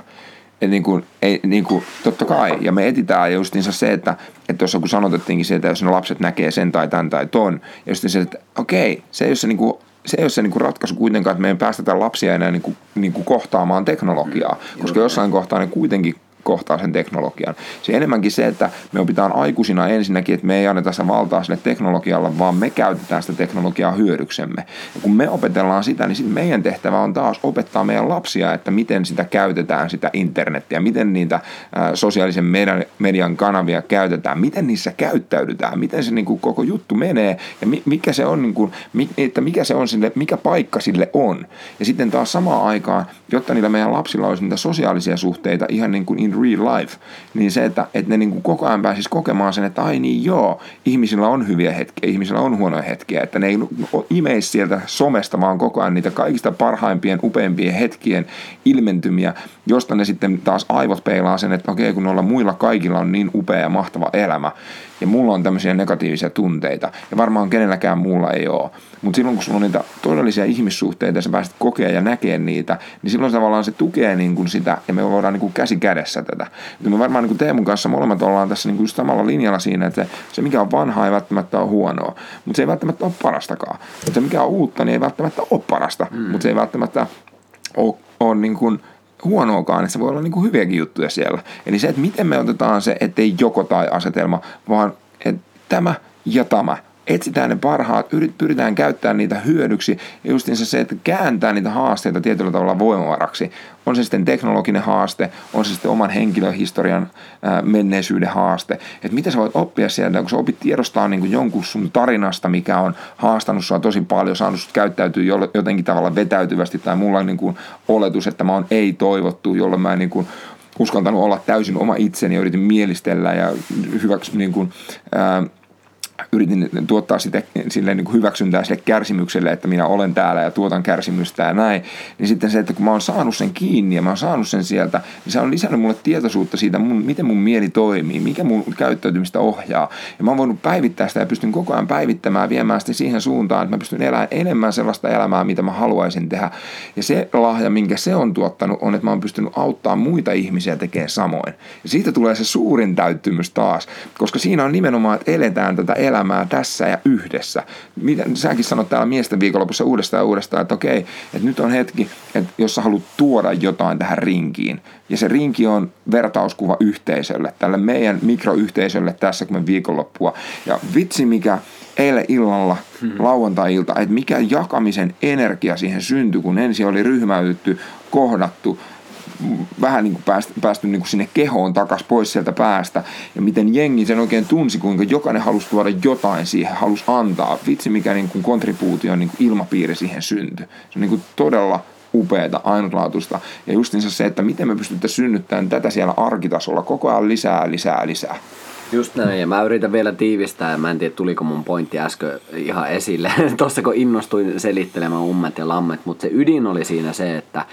Totta kai, ja me etsitään justiinsa se, että tuossa kun sanotettiinkin se, että jos ne lapset näkee sen tai tämän tai ton, ja just se, että okei, se ei ole se niinku se ei ole se niinku ratkaisu kuitenkaan, että me ei päästetä lapsia enää niinku kohtaamaan teknologiaa, koska jossain kohtaa ne kuitenkin kohtaa sen teknologian. Se enemmänkin se, että me opitaan aikuisina ensinnäkin, että me ei anneta sitä valtaa sille teknologialle, vaan me käytetään sitä teknologiaa hyödyksemme. Ja kun me opetellaan sitä, niin meidän tehtävä on taas opettaa meidän lapsia, että miten sitä käytetään, sitä internettiä, miten niitä sosiaalisen median kanavia käytetään, miten niissä käyttäydytään, miten se niin kuin koko juttu menee ja mikä se on, niin kuin, että mikä se on sille, mikä paikka sille on. Ja sitten taas samaan aikaan, jotta niillä meidän lapsilla olisi niitä sosiaalisia suhteita ihan niin kuin in real life. Niin se, että ne niin kuin koko ajan pääsisi kokemaan sen, että ai niin joo, ihmisillä on hyviä hetkiä, ihmisillä on huonoja hetkiä, että ne ei imeisi sieltä somesta, vaan koko ajan niitä kaikista parhaimpien, upeimpien hetkien ilmentymiä, josta ne sitten taas aivot peilaa sen, että okei, kun noilla muilla kaikilla on niin upea ja mahtava elämä, ja mulla on tämmöisiä negatiivisia tunteita, ja varmaan kenelläkään muulla ei ole. Mutta silloin, kun sulla on niitä todellisia ihmissuhteita, ja sä pääset kokea ja näkee niitä, niin silloin tavallaan se tukee niin kuin sitä, ja me voidaan niin kuin käsi kädessä tätä. Ja me varmaan niin kuin Teemun kanssa molemmat ollaan tässä niin kuin just samalla linjalla siinä, että se mikä on vanhaa ei välttämättä ole huonoa, mutta se ei välttämättä ole parastakaan. Mutta se mikä on uutta, niin ei välttämättä ole parasta, mutta se ei välttämättä ole niin kuin huonoakaan, että se voi olla niin kuin hyviäkin juttuja siellä. Eli se, että miten me otetaan se, ettei joko tai asetelma, vaan että tämä ja tämä. Etsitään ne parhaat, pyritään käyttämään niitä hyödyksi ja justiinsa se, että kääntää niitä haasteita tietyllä tavalla voimavaraksi. On se sitten teknologinen haaste, on se sitten oman henkilöhistorian menneisyyden haaste. Että mitä sä voit oppia sieltä, kun sä opit tiedostaa niin kuin jonkun sun tarinasta, mikä on haastanut sua tosi paljon, saanut sut käyttäytyä jotenkin tavalla vetäytyvästi, tai mulla on niin kuin oletus, että mä oon ei-toivottu, jolloin mä en niin kuin uskaltanut olla täysin oma itseni ja yritin mielistellä ja hyväksi niin kuin, yritin tuottaa sille niin kuin hyväksyntää sille kärsimykselle, että minä olen täällä ja tuotan kärsimystä ja näin, niin sitten se, että kun mä oon saanut sen kiinni ja mä oon saanut sen sieltä, niin se on lisännyt mulle tietoisuutta siitä, miten mun mieli toimii, mikä mun käyttäytymistä ohjaa. Ja mä oon voinut päivittää sitä ja pystyn koko ajan päivittämään, viemään sitä siihen suuntaan, että mä pystyn elämään enemmän sellaista elämää, mitä mä haluaisin tehdä. Ja se lahja, minkä se on tuottanut, on, että mä oon pystynyt auttamaan muita ihmisiä tekemään samoin. Ja siitä tulee se suurin täyttymys taas, koska siinä on nimenomaan, että eletään tätä elämää tässä ja yhdessä. Miten säkin sanot täällä miesten viikonlopussa uudestaan, että okei, että nyt on hetki, että jos sä haluat tuoda jotain tähän rinkiin, ja se rinki on vertauskuva yhteisölle, tälle meidän mikroyhteisölle tässä, kun me viikonloppua. Ja vitsi mikä eilen illalla, lauantai-ilta, että mikä jakamisen energia siihen syntyi, kun ensin oli ryhmäytetty, kohdattu, vähän niin kuin päästy niin kuin sinne kehoon takaisin pois sieltä päästä, ja miten jengi sen oikein tunsi, kuinka jokainen halusi tuoda jotain siihen, halusi antaa. Vitsi mikä niin kuin kontribuutio, niin kuin ilmapiiri siihen syntyi. Se on niin kuin todella upeata, ainutlaatuista. Ja justiinsa se, että miten me pystyttäisiin synnyttämään tätä siellä arkitasolla koko ajan lisää. Just näin, ja mä yritän vielä tiivistää, ja mä en tiedä tuliko mun pointti äsken ihan esille, tossa kun innostuin selittelemään ummet ja lammet, mutta se ydin oli siinä se, että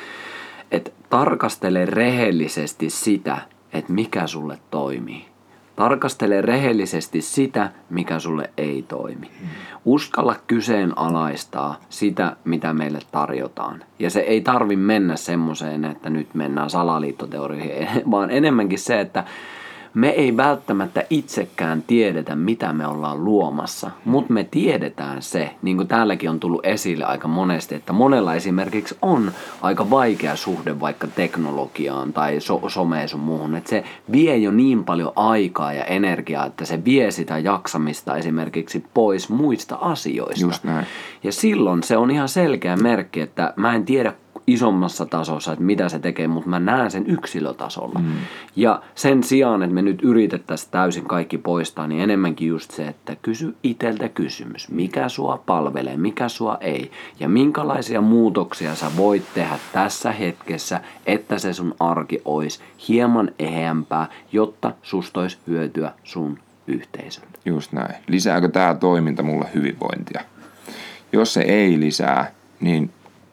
tarkastele rehellisesti sitä, että mikä sulle toimii. Tarkastele rehellisesti sitä, mikä sulle ei toimi. Uskalla kyseenalaistaa sitä, mitä meille tarjotaan. Ja se ei tarvi mennä semmoiseen, että nyt mennään salaliittoteorioihin, vaan enemmänkin se, että me ei välttämättä itsekään tiedetä, mitä me ollaan luomassa, mutta me tiedetään se, niin kuin täälläkin on tullut esille aika monesti, että monella esimerkiksi on aika vaikea suhde vaikka teknologiaan tai someen sun muuhun, että se vie jo niin paljon aikaa ja energiaa, että se vie sitä jaksamista esimerkiksi pois muista asioista. Just näin. Ja silloin se on ihan selkeä merkki, että mä en tiedä isommassa tasossa, että mitä se tekee, mutta mä näen sen yksilötasolla. Ja sen sijaan, että me nyt yritettäisiin täysin kaikki poistaa, niin enemmänkin just se, että kysy itseltä kysymys, mikä sua palvelee, mikä sua ei, ja minkälaisia muutoksia sä voit tehdä tässä hetkessä, että se sun arki olisi hieman eheämpää, jotta susta olisi hyötyä sun yhteisölle. Just näin. Lisääkö tämä toiminta mulle hyvinvointia? Jos se ei lisää, niin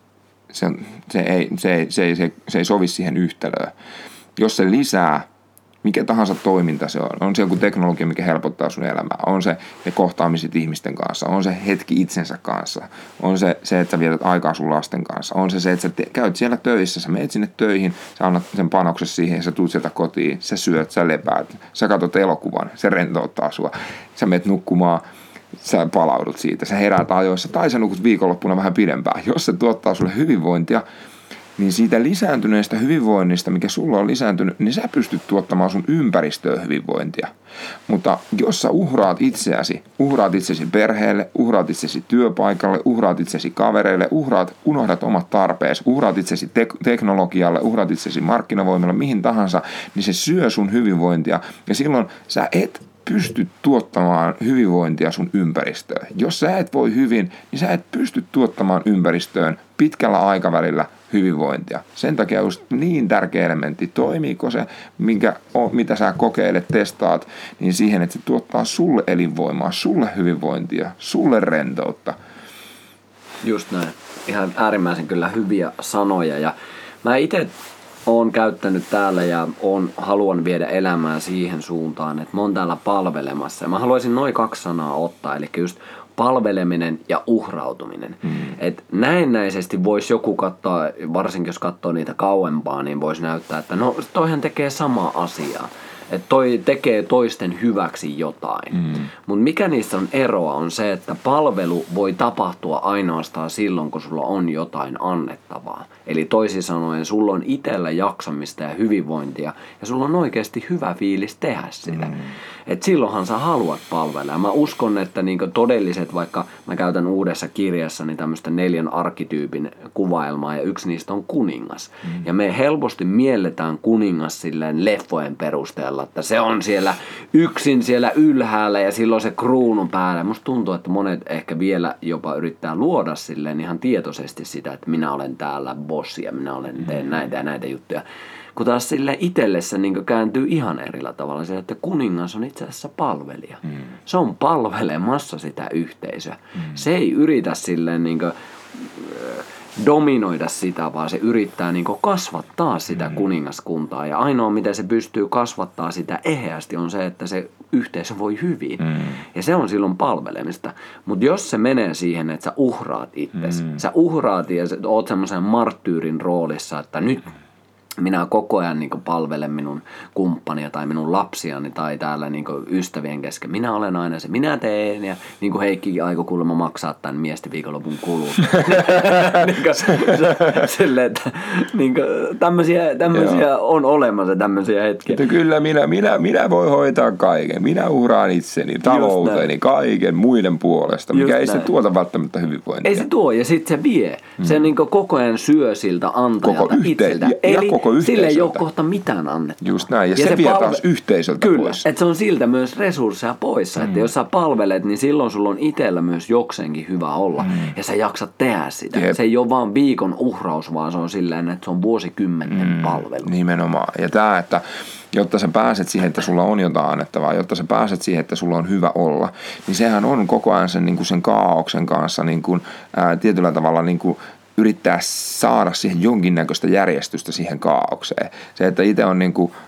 se ei sovi siihen yhtälöön. Jos se lisää, mikä tahansa toiminta se on se joku teknologia, mikä helpottaa sun elämää, on se ne kohtaamiset ihmisten kanssa, on se hetki itsensä kanssa, on se, että sä vietät aikaa sun lasten kanssa, on se, että sä käyt siellä töissä, sä menet sinne töihin, sä annat sen panoksen siihen ja sä tuut sieltä kotiin, sä syöt, sä lepäät, sä katsot elokuvan, se rentouttaa sua, sä menet nukkumaan, sä palaudut siitä, sä heräät ajoissa tai sä nukut viikonloppuna vähän pidempään. Jos se tuottaa sulle hyvinvointia, niin siitä lisääntyneestä hyvinvoinnista, mikä sulla on lisääntynyt, niin sä pystyt tuottamaan sun ympäristöön hyvinvointia. Mutta jos sä uhraat itsesi perheelle, uhraat itsesi työpaikalle, uhraat itsesi kavereille, unohdat omat tarpeesi, uhraat itsesi teknologialle, uhraat itsesi markkinavoimalle, mihin tahansa, niin se syö sun hyvinvointia ja silloin sä et pysty tuottamaan hyvinvointia sun ympäristöön. Jos sä et voi hyvin, niin sä et pysty tuottamaan ympäristöön pitkällä aikavälillä hyvinvointia. Sen takia just niin tärkeä elementti, toimiiko se, mitä sä kokeilet, testaat, niin siihen, että se tuottaa sulle elinvoimaa, sulle hyvinvointia, sulle rentoutta. Just näin. Ihan äärimmäisen kyllä hyviä sanoja. Ja mä itse oon käyttänyt täällä ja haluan viedä elämää siihen suuntaan, että mä oon täällä palvelemassa. Ja mä haluaisin noin 2 sanaa ottaa, eli just palveleminen ja uhrautuminen. Et näennäisesti voisi joku katsoa, varsinkin jos katsoo niitä kauempaa, niin voisi näyttää, että no toihan tekee samaa asiaa. Että toi tekee toisten hyväksi jotain. Mutta mikä niissä on eroa on se, että palvelu voi tapahtua ainoastaan silloin, kun sulla on jotain annettavaa. Eli toisin sanoen, sulla on itsellä jaksamista ja hyvinvointia ja sulla on oikeasti hyvä fiilis tehdä sitä. Et silloinhan sä haluat palvella. Ja mä uskon, että niinku todelliset, vaikka mä käytän uudessa kirjassani tämmöistä 4 arkkityypin kuvailmaa ja yksi niistä on kuningas. Ja me helposti mielletään kuningas silleen leffojen perusteella, että se on siellä yksin siellä ylhäällä ja silloin se kruunun päällä. Musta tuntuu, että monet ehkä vielä jopa yrittää luoda silleen ihan tietoisesti sitä, että minä olen täällä bossi ja minä teen näitä ja näitä juttuja. Kun taas sille itselle se niin kääntyy ihan erillä tavalla se, että kuningas on itse asiassa palvelija. Se on palvelemassa sitä yhteisöä. Se ei yritä silleen niin kuin, dominoida sitä, vaan se yrittää niin kuin kasvattaa sitä kuningaskuntaa. Ja ainoa, miten se pystyy kasvattaa sitä eheästi, on se, että se yhteisö voi hyvin. Ja se on silloin palvelemista. Mutta jos se menee siihen, että sä uhraat itsesi, sä uhraat ja oot semmoisen marttyyrin roolissa, että nyt minä koko ajan niin kuin palvelen minun kumppania tai minun lapsiani tai täällä niin kuin ystävien kesken. Minä olen aina se, minä teen ja niin kuin Heikki aikoi kuulemma maksaa tämän miesten viikonlopun kulut. Silleen, että niin kuin tämmöisiä on olemassa tämmöisiä hetkiä. Mutta kyllä minä voin hoitaa kaiken. Minä uhraan itseni, talouteni, kaiken muiden puolesta, mikä ei se tuota välttämättä hyvinvointia. Ei se tuo ja sitten se vie. Se niin kuin koko ajan syö siltä antajalta itseltä. Eli sille ei ole kohta mitään annettavaa. Just näin, ja se vie taas yhteisöltä kyllä, pois. Että se on siltä myös resursseja poissa. Että jos sä palvelet, niin silloin sulla on itsellä myös jokseenkin hyvä olla. Ja sä jaksat tehdä sitä. Jep. Se ei ole vaan viikon uhraus, vaan se on silleen, että se on vuosikymmenten palvelu. Nimenomaan. Ja tämä, että jotta sä pääset siihen, että sulla on jotain annettavaa, jotta sä pääset siihen, että sulla on hyvä olla, niin sehän on koko ajan sen, niin kuin sen kaaoksen kanssa niin kuin, tietyllä tavalla niin kuin yrittää saada siihen jonkinnäköistä järjestystä siihen kaaukseen. Se, että itse on niin kuin,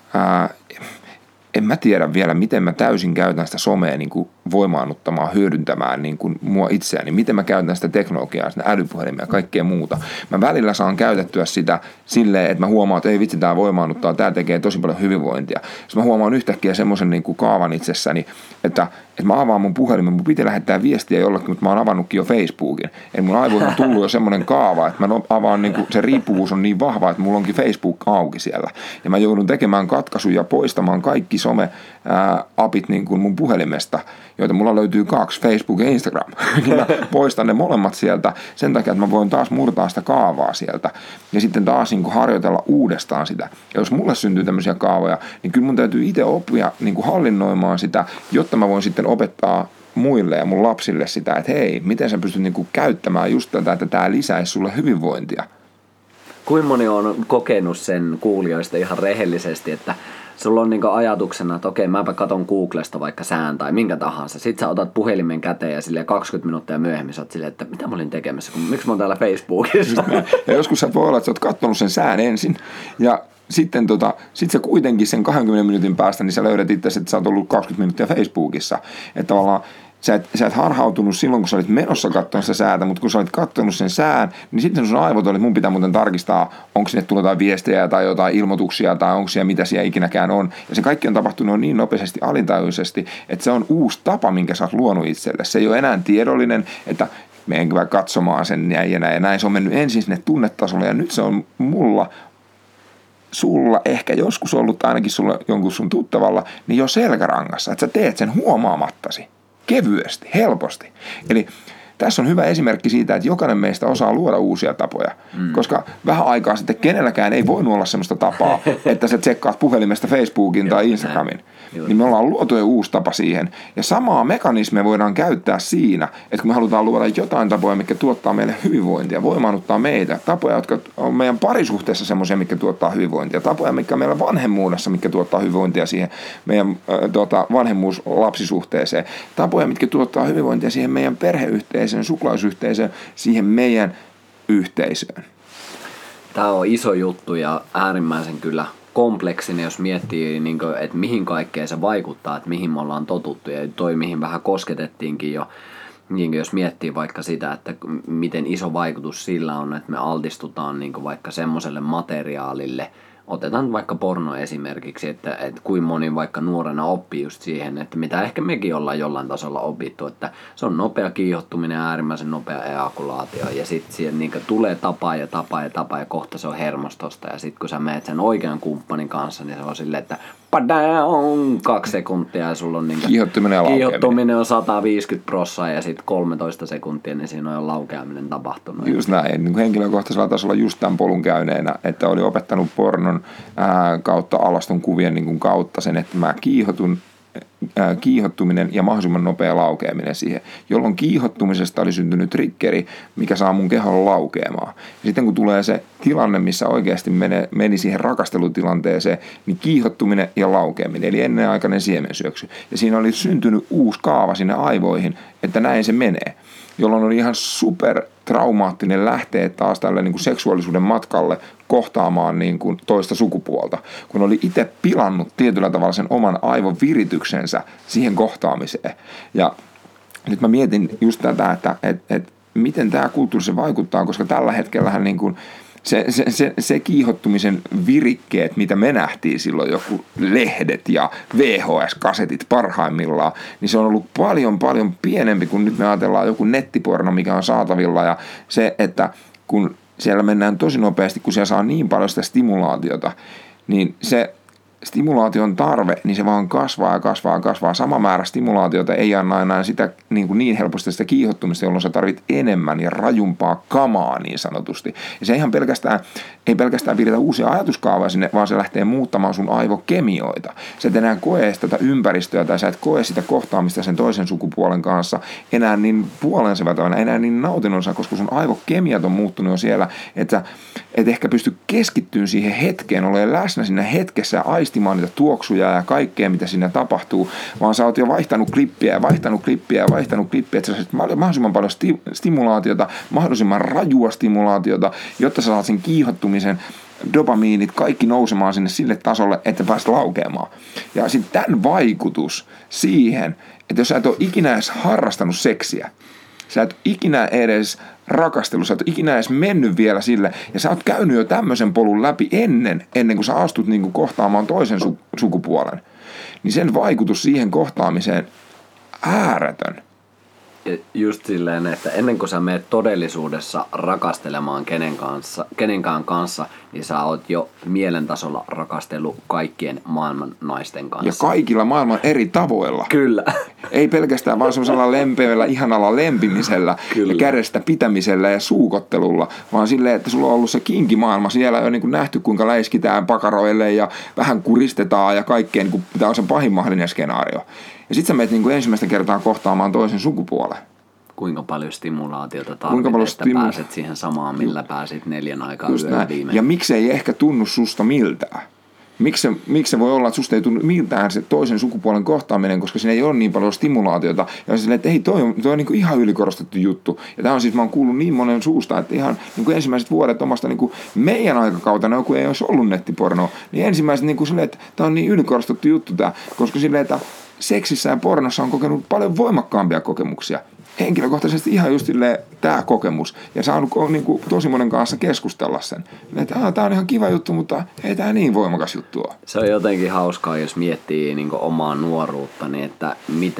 en mä tiedä vielä, miten mä täysin käytän sitä somea niin kuin voimaannuttamaan, hyödyntämään niin kuin mua itseäni. Miten mä käytän sitä teknologiaa, sitä älypuhelimia ja kaikkea muuta. Mä välillä saan käytettyä sitä silleen, että mä huomaan, että ei vitsi, tää voimaannuttaa, tää tekee tosi paljon hyvinvointia. Sitten mä huomaan yhtäkkiä semmoisen niin kuin kaavan itsessäni, että mä avaan mun puhelimen, mun piti lähettää viestiä jollekin, mutta mä oon avannutkin jo Facebookin. Eli mun aivoihin on tullut jo semmoinen kaava, että mä avaan, niin kuin, se riippuvuus on niin vahva, että mulla onkin Facebook auki siellä. Ja mä joudun tekemään katkaisuja, poistamaan kaikki some-apit niin kuin mun puhelimesta, joita mulla löytyy 2, Facebook ja Instagram. Mä poistan ne molemmat sieltä sen takia, että mä voin taas murtaa sitä kaavaa sieltä ja sitten taas niin kuin harjoitella uudestaan sitä. Ja jos mulle syntyy tämmöisiä kaavoja, niin kyllä mun täytyy itse oppia niin kuin hallinnoimaan sitä, jotta mä voin sitten opettaa muille ja mun lapsille sitä, että hei, miten sä pystyt niin kuin käyttämään just tätä, että tää lisäisi sulle hyvinvointia. Kuinka moni on kokenut sen kuulijoista ihan rehellisesti, että sulla on niinku ajatuksena, että okei, mäpä katon Googlesta vaikka sään tai minkä tahansa. Sitten sä otat puhelimen käteen ja silleen 20 minuuttia myöhemmin sä oot silleen, että mitä mä olin tekemässä, miksi mä oon täällä Facebookissa. Ja joskus sä voi olla, että sä oot katsonut sen sään ensin ja sitten sit sä kuitenkin sen 20 minuutin päästä, niin sä löydät itse, että sä oot ollut 20 minuuttia Facebookissa. Että tavallaan sä et harhautunut silloin, kun sä olit menossa katsomaan sitä säätä, mutta kun sä olit katsonut sen sään, niin sitten sun aivot oli, että mun pitää muuten tarkistaa, onko sinne tullut jotain viestejä tai jotain ilmoituksia tai onko siellä mitä siellä ikinäkään on. Ja se kaikki on tapahtunut niin nopeasti, alintajuisesti, että se on uusi tapa, minkä sä oot luonut itselle. Se ei ole enää tiedollinen, että menenkö mä katsomaan sen näin ja näin. Ja näin. Se on mennyt ensin sinne tunnetasolle ja nyt se on sulla ehkä joskus ollut ainakin sulla jonkun sun tuttavalla, niin jo selkärangassa, että sä teet sen huomaamattasi. Kevyesti, helposti. Eli tässä on hyvä esimerkki siitä, että jokainen meistä osaa luoda uusia tapoja. Koska vähän aikaa sitten kenelläkään ei voinut olla semmoista tapaa, että sä tsekkaat puhelimesta Facebookin tai Instagramin. Niin me ollaan luotu jo uusi tapa siihen. Ja samaa mekanismia voidaan käyttää siinä, että kun me halutaan luoda jotain tapoja, mitkä tuottaa meille hyvinvointia, voimaannuttaa meitä, tapoja, jotka on meidän parisuhteessa semmoisia, mitkä tuottaa hyvinvointia, tapoja, mitkä meillä vanhemmuudessa, mitkä tuottaa hyvinvointia siihen meidän vanhemmuus-lapsisuhteeseen, tapoja, mitkä tuottaa hyvinvointia siihen meidän perheyhteisöön, sukulaisyhteisöön, siihen meidän yhteisöön. Tämä on iso juttu ja äärimmäisen kyllä kompleksinen, jos miettii, että mihin kaikkeen se vaikuttaa, että mihin me ollaan totuttu. Ja toi, mihin vähän kosketettiinkin jo, jos miettii vaikka sitä, että miten iso vaikutus sillä on, että me altistutaan vaikka semmoiselle materiaalille. Otetaan vaikka porno esimerkiksi, että kuinka moni vaikka nuorena oppii just siihen, että mitä ehkä mekin ollaan jollain tasolla opittu, että se on nopea kiihottuminen ja äärimmäisen nopea ejakulaatio ja sitten siihen tulee tapaa ja kohta se on hermostosta ja sitten kun sä meet sen oikean kumppanin kanssa, niin se on silleen, että padam, 2 sekuntia ja sulla on kiihottuminen on 150% ja sitten 13 sekuntia, niin siinä on jo laukeaminen tapahtunut. Just näin, niin henkilökohtaisella tasolla just tämän polun käyneenä, että oli opettanut pornon kautta alaston kuvien kautta sen, että mä kiihottuminen ja mahdollisimman nopea laukeaminen siihen, jolloin kiihottumisesta oli syntynyt triggeri, mikä saa mun kehon laukeamaan. Ja sitten kun tulee se tilanne, missä oikeasti meni siihen rakastelutilanteeseen, niin kiihottuminen ja laukeaminen, eli ennenaikainen siemensyöksy. Ja siinä oli syntynyt uusi kaava sinne aivoihin, että näin se menee, jolloin oli ihan super traumaattinen lähteä taas tälle seksuaalisuuden matkalle kohtaamaan toista sukupuolta, kun oli itse pilannut tietyllä tavalla sen oman aivon virityksensä siihen kohtaamiseen. Ja nyt mä mietin just tätä, että miten tämä kulttuuri vaikuttaa, koska tällä hetkellähän se kiihottumisen virikkeet, mitä me nähtiin silloin, joku lehdet ja VHS-kasetit parhaimmillaan, niin se on ollut paljon pienempi kuin nyt me ajatellaan joku nettiporno, mikä on saatavilla ja se, että kun siellä mennään tosi nopeasti, kun siellä saa niin paljon sitä stimulaatiota, niin se stimulaation tarve, niin se vaan kasvaa. Sama määrä stimulaatiota ei anna enää sitä niin helposti sitä kiihottumista, jolloin sä tarvit enemmän ja rajumpaa kamaa niin sanotusti. Ja se ei pelkästään pidetä uusia ajatuskaavoja sinne, vaan se lähtee muuttamaan sun aivokemioita. Sä et enää koe sitä ympäristöä tai sä et koe sitä kohtaamista sen toisen sukupuolen kanssa enää niin puolensa enää niin nautinnonsa, koska sun aivokemiat on muuttunut jo siellä, että et ehkä pysty keskittymään siihen hetkeen, olemaan läsnä siinä hetkessä ja aistimaan niitä tuoksuja ja kaikkea, mitä siinä tapahtuu, vaan sä oot jo vaihtanut klippiä, että sä sait mahdollisimman paljon stimulaatiota, mahdollisimman rajua stimulaatiota, jotta sä saat sen kiihottumisen, dopamiinit, kaikki nousemaan sinne sille tasolle, että pääset laukeamaan. Ja sitten tämän vaikutus siihen, että jos sä et ole ikinä edes harrastanut seksiä, sä et ikinä edes rakastellut, sä et ikinä edes mennyt vielä sille, ja sä oot käynyt jo tämmöisen polun läpi ennen kuin sä astut kohtaamaan toisen sukupuolen, niin sen vaikutus siihen kohtaamiseen ääretön. Just silleen, että ennen kuin sä menet todellisuudessa rakastelemaan kenenkään kanssa, niin sä oot jo mielentasolla rakastellut kaikkien maailman naisten kanssa. Ja kaikilla maailman eri tavoilla. Kyllä. Ei pelkästään vaan semmoisella lempeällä, ihanalla lempimisellä ja kädestä pitämisellä ja suukottelulla, vaan silleen, että sulla on ollut se kinkimaailma. Siellä on jo nähty, kuinka läiskitään pakaroille ja vähän kuristetaan ja kaikkea, tämä on se pahin mahdollinen skenaario. Ja sit sä menet ensimmäistä kertaa kohtaamaan toisen sukupuolen. Kuinka paljon stimulaatiota tarvitset, että pääset siihen samaan, millä pääsit 4 aikaa yöllä viimein. Ja miksei ehkä tunnu susta miltään? Miksi se voi olla, että susta ei tunnu miltään se toisen sukupuolen kohtaaminen, koska siinä ei ole niin paljon stimulaatiota. Ja silleen, että ei, toi on ihan ylikorostettu juttu. Ja tämä on siis, mä oon kuullut niin monen suusta, että ihan ensimmäiset vuodet omasta meidän aikakautena, joku ei olisi ollut nettipornoa, niin ensimmäiset silleen, että tämä on niin ylikorostettu juttu tämä, koska silleen, että seksissä ja pornossa on kokenut paljon voimakkaampia kokemuksia. Henkilökohtaisesti ihan just tämä kokemus. Ja saanut tosi monen kanssa keskustella sen. Että tämä on ihan kiva juttu, mutta ei tämä niin voimakas juttu ole. Se on jotenkin hauskaa, jos miettii omaa nuoruutta, niin että miten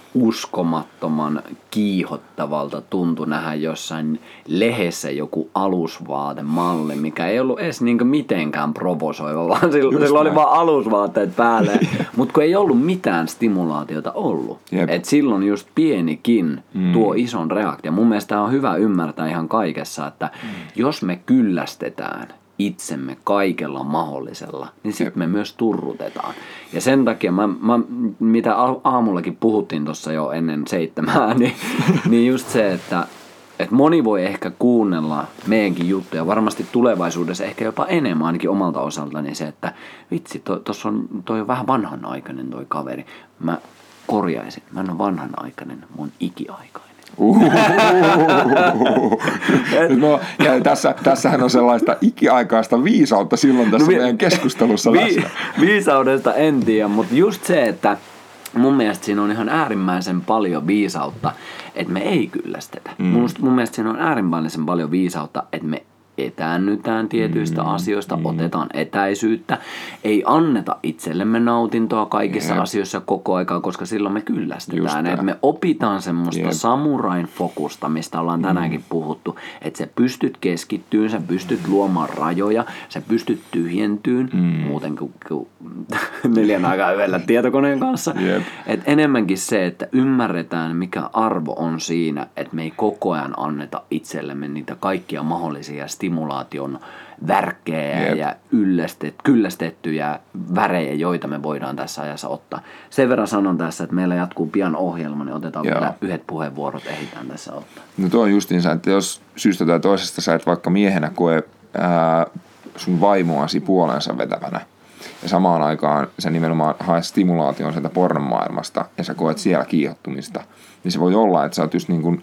uskomattoman kiihottavalta tuntui nähdä jossain lehdessä joku alusvaatemalli, mikä ei ollut edes niinku mitenkään provosoiva, vaan sillä oli vaan alusvaatteet päälle, mutta kun ei ollut mitään stimulaatiota ollut. Et silloin just pienikin tuo ison reaktio. Mun mielestä on hyvä ymmärtää ihan kaikessa, että jos me kyllästetään itsemme kaikella mahdollisella, niin sitten me myös turrutetaan. Ja sen takia, mitä aamullakin puhuttiin tuossa jo ennen 7, niin just se, että moni voi ehkä kuunnella meidänkin juttuja, varmasti tulevaisuudessa ehkä jopa enemmän ainakin omalta osalta, niin se, että vitsi, toi on vähän vanhanaikainen toi kaveri. Mä korjaisin, mä en ole vanhanaikainen, mä oon ikiaikainen. Tässähän on sellaista ikiaikaista viisautta silloin tässä meidän keskustelussa läsnä. Viisaudesta en tiedä, mutta just se, että mun mielestä siinä on ihan äärimmäisen paljon viisautta, että me ei kyllästetä. Mun mielestä siinä on äärimmäisen paljon viisautta, että me etäännytään tietyistä asioista, otetaan etäisyyttä, ei anneta itsellemme nautintoa kaikissa asioissa koko aikaa, koska silloin me kyllästetään. Että me opitaan semmoista samurain fokusta, mistä ollaan tänäänkin puhuttu, että sä pystyt keskittyyn, sä pystyt luomaan rajoja, sä pystyt tyhjentyyn, muuten kuin 4 aikaa yhdellä tietokoneen kanssa. Että enemmänkin se, että ymmärretään, mikä arvo on siinä, että me ei koko ajan anneta itsellemme niitä kaikkia mahdollisia stimulaation värkkejä ja kyllästettyjä värejä, joita me voidaan tässä ajassa ottaa. Sen verran sanon tässä, että meillä jatkuu pian ohjelma, niin otetaan vielä yhdet puheenvuorot, ehditään tässä ottaa. No tuo on justiinsa, että jos syystä tai toisesta sä et vaikka miehenä koe sun vaimoasi puolensa vetävänä, ja samaan aikaan sä nimenomaan haet stimulaation sieltä pornon maailmasta, ja sä koet siellä kiihottumista, niin se voi olla, että sä oot just niin kuin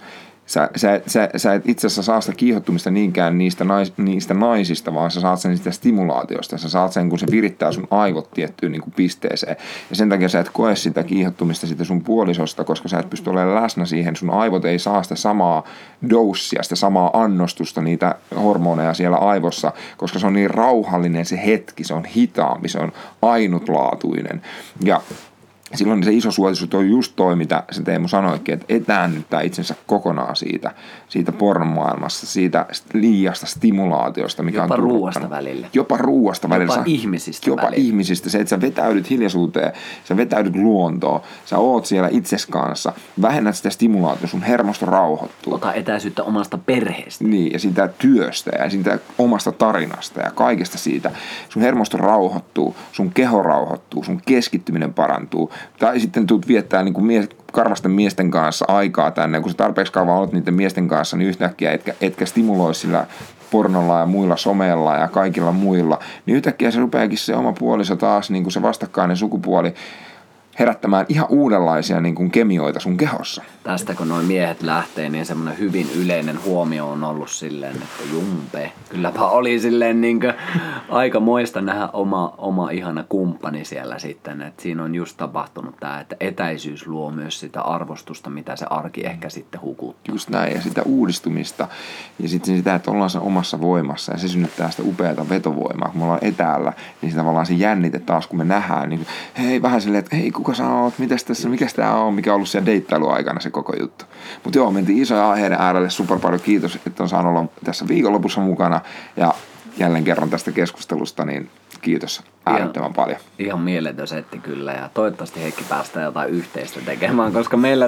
Sä et itse asiassa saa sitä kiihottumista niinkään niistä naisista, vaan sä saat sen sitä stimulaatiosta. Sä saat sen, kun se virittää sun aivot tiettyyn niin kuin pisteeseen. Ja sen takia sä et koe sitä kiihottumista sitä sun puolisosta, koska sä et pysty olemaan läsnä siihen. Sun aivot ei saa sitä samaa doussia, sitä samaa annostusta, niitä hormoneja siellä aivossa, koska se on niin rauhallinen se hetki, se on hitaampi, se on ainutlaatuinen. Ja silloin se iso suositus on just toi, mitä se Teemu sanoikin, että etäännyttää itsensä kokonaan siitä pornomaailmassa, siitä liiasta stimulaatiosta, mikä jopa on ruuasta välillä. Jopa ruuasta välillä. Jopa ihmisistä. Se, että sä vetäydyt hiljaisuuteen, sä vetäydyt luontoon, sä oot siellä itses kanssa, vähennät sitä stimulaatiota, sun hermosto rauhoittuu. Ota etäisyyttä omasta perheestä. Niin, ja siitä työstä ja siitä omasta tarinasta ja kaikesta siitä. Sun hermosto rauhoittuu, sun keho rauhoittuu, sun keskittyminen parantuu. Tai sitten tulet viettää niin kuin karvasten miesten kanssa aikaa tänne, kun sä tarpeeksi kauan olet niiden miesten kanssa, niin yhtäkkiä etkä stimuloi sillä pornolla ja muilla someilla ja kaikilla muilla, niin yhtäkkiä se rupeakin se oma puoliso taas, niin kuin se vastakkainen sukupuoli, herättämään ihan uudenlaisia niin kuin kemioita sun kehossa. Tästä kun noin miehet lähtee, niin semmoinen hyvin yleinen huomio on ollut silleen, että jumpe. Kylläpä oli silleen niin kuin aika moista nähdä oma ihana kumppani siellä sitten. Että siinä on just tapahtunut tämä, että etäisyys luo myös sitä arvostusta, mitä se arki ehkä sitten hukuttaa. Just näin, ja sitä uudistumista. Ja sitten sitä, että ollaan sen omassa voimassa, ja se synnyttää sitä upeata vetovoimaa. Kun me ollaan etäällä, niin sitä tavallaan se jännite taas, kun me nähdään, niin hei, vähän silleen, että hei, kuka sä oot, mitäs tässä, mikäs tää on, mikä on ollut siellä deittailuaikana se koko juttu. Mutta joo, mentiin isoja aiheiden äärelle, super paljon kiitos, että on saanut olla tässä viikonlopussa mukana, ja jälleen kerran tästä keskustelusta, niin kiitos äärettömän paljon. Ihan mieletön setti kyllä, ja toivottavasti Heikki päästään jotain yhteistä tekemään, koska meillä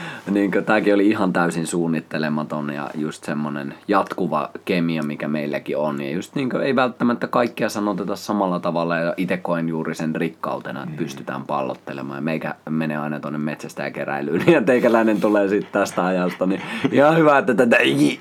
tämäkin oli ihan täysin suunnittelematon ja just semmoinen jatkuva kemia, mikä meilläkin on. Ja just niin kuin ei välttämättä kaikkia sanoteta samalla tavalla, ja itse koen juuri sen rikkautena, että pystytään pallottelemaan. Ja meikä menee aina tuonne metsästäjäkeräilyyn, ja teikäläinen tulee sitten tästä ajasta. Niin ihan hyvä, että tätä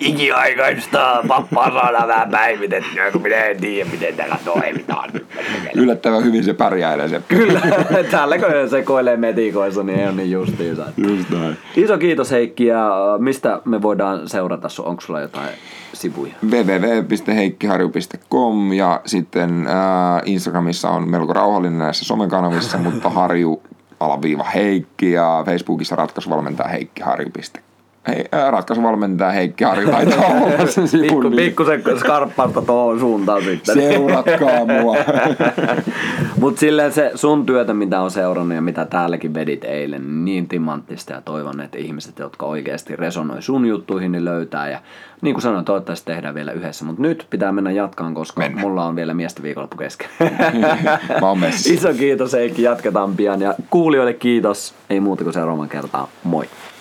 ikiaikaista pappaa saadaan vähän päivitettyä, kun minä en tiedä, miten täällä toimitaan. Yllättävän hyvin se pärjäilee se. Kyllä, täällä kun se sekoilee metikoissa, niin ei ole niin justiinsa. Just näin. Iso kiitos Heikki, ja mistä me voidaan seurata sun? Onko sulla jotain sivuja? www.heikkiharju.com ja sitten Instagramissa on melko rauhallinen näissä somekanavissa, mutta Harju _Heikki ja Facebookissa ratkaisuvalmentaja Heikki Harju. ratkaisuvalmentaja Heikki Harju taitaa olla se sivun. Pikkusen skarppausta tuohon suuntaan sitten. Seuratkaa mua. Mut silleen se sun työtä, mitä on seurannut ja mitä täälläkin vedit eilen, niin timanttista ja toivon, että ihmiset, jotka oikeasti resonoi sun juttuihin, niin löytää. Ja niin kuin sanoin, toivottavasti tehdään vielä yhdessä. Mutta nyt pitää mennä jatkaan, koska mulla on vielä miesten viikonloppu kesken. Mä oon messi. Iso kiitos Heikki, jatketaan pian. Ja kuulijoille kiitos. Ei muuta kuin seuraavan kertaan. Moi.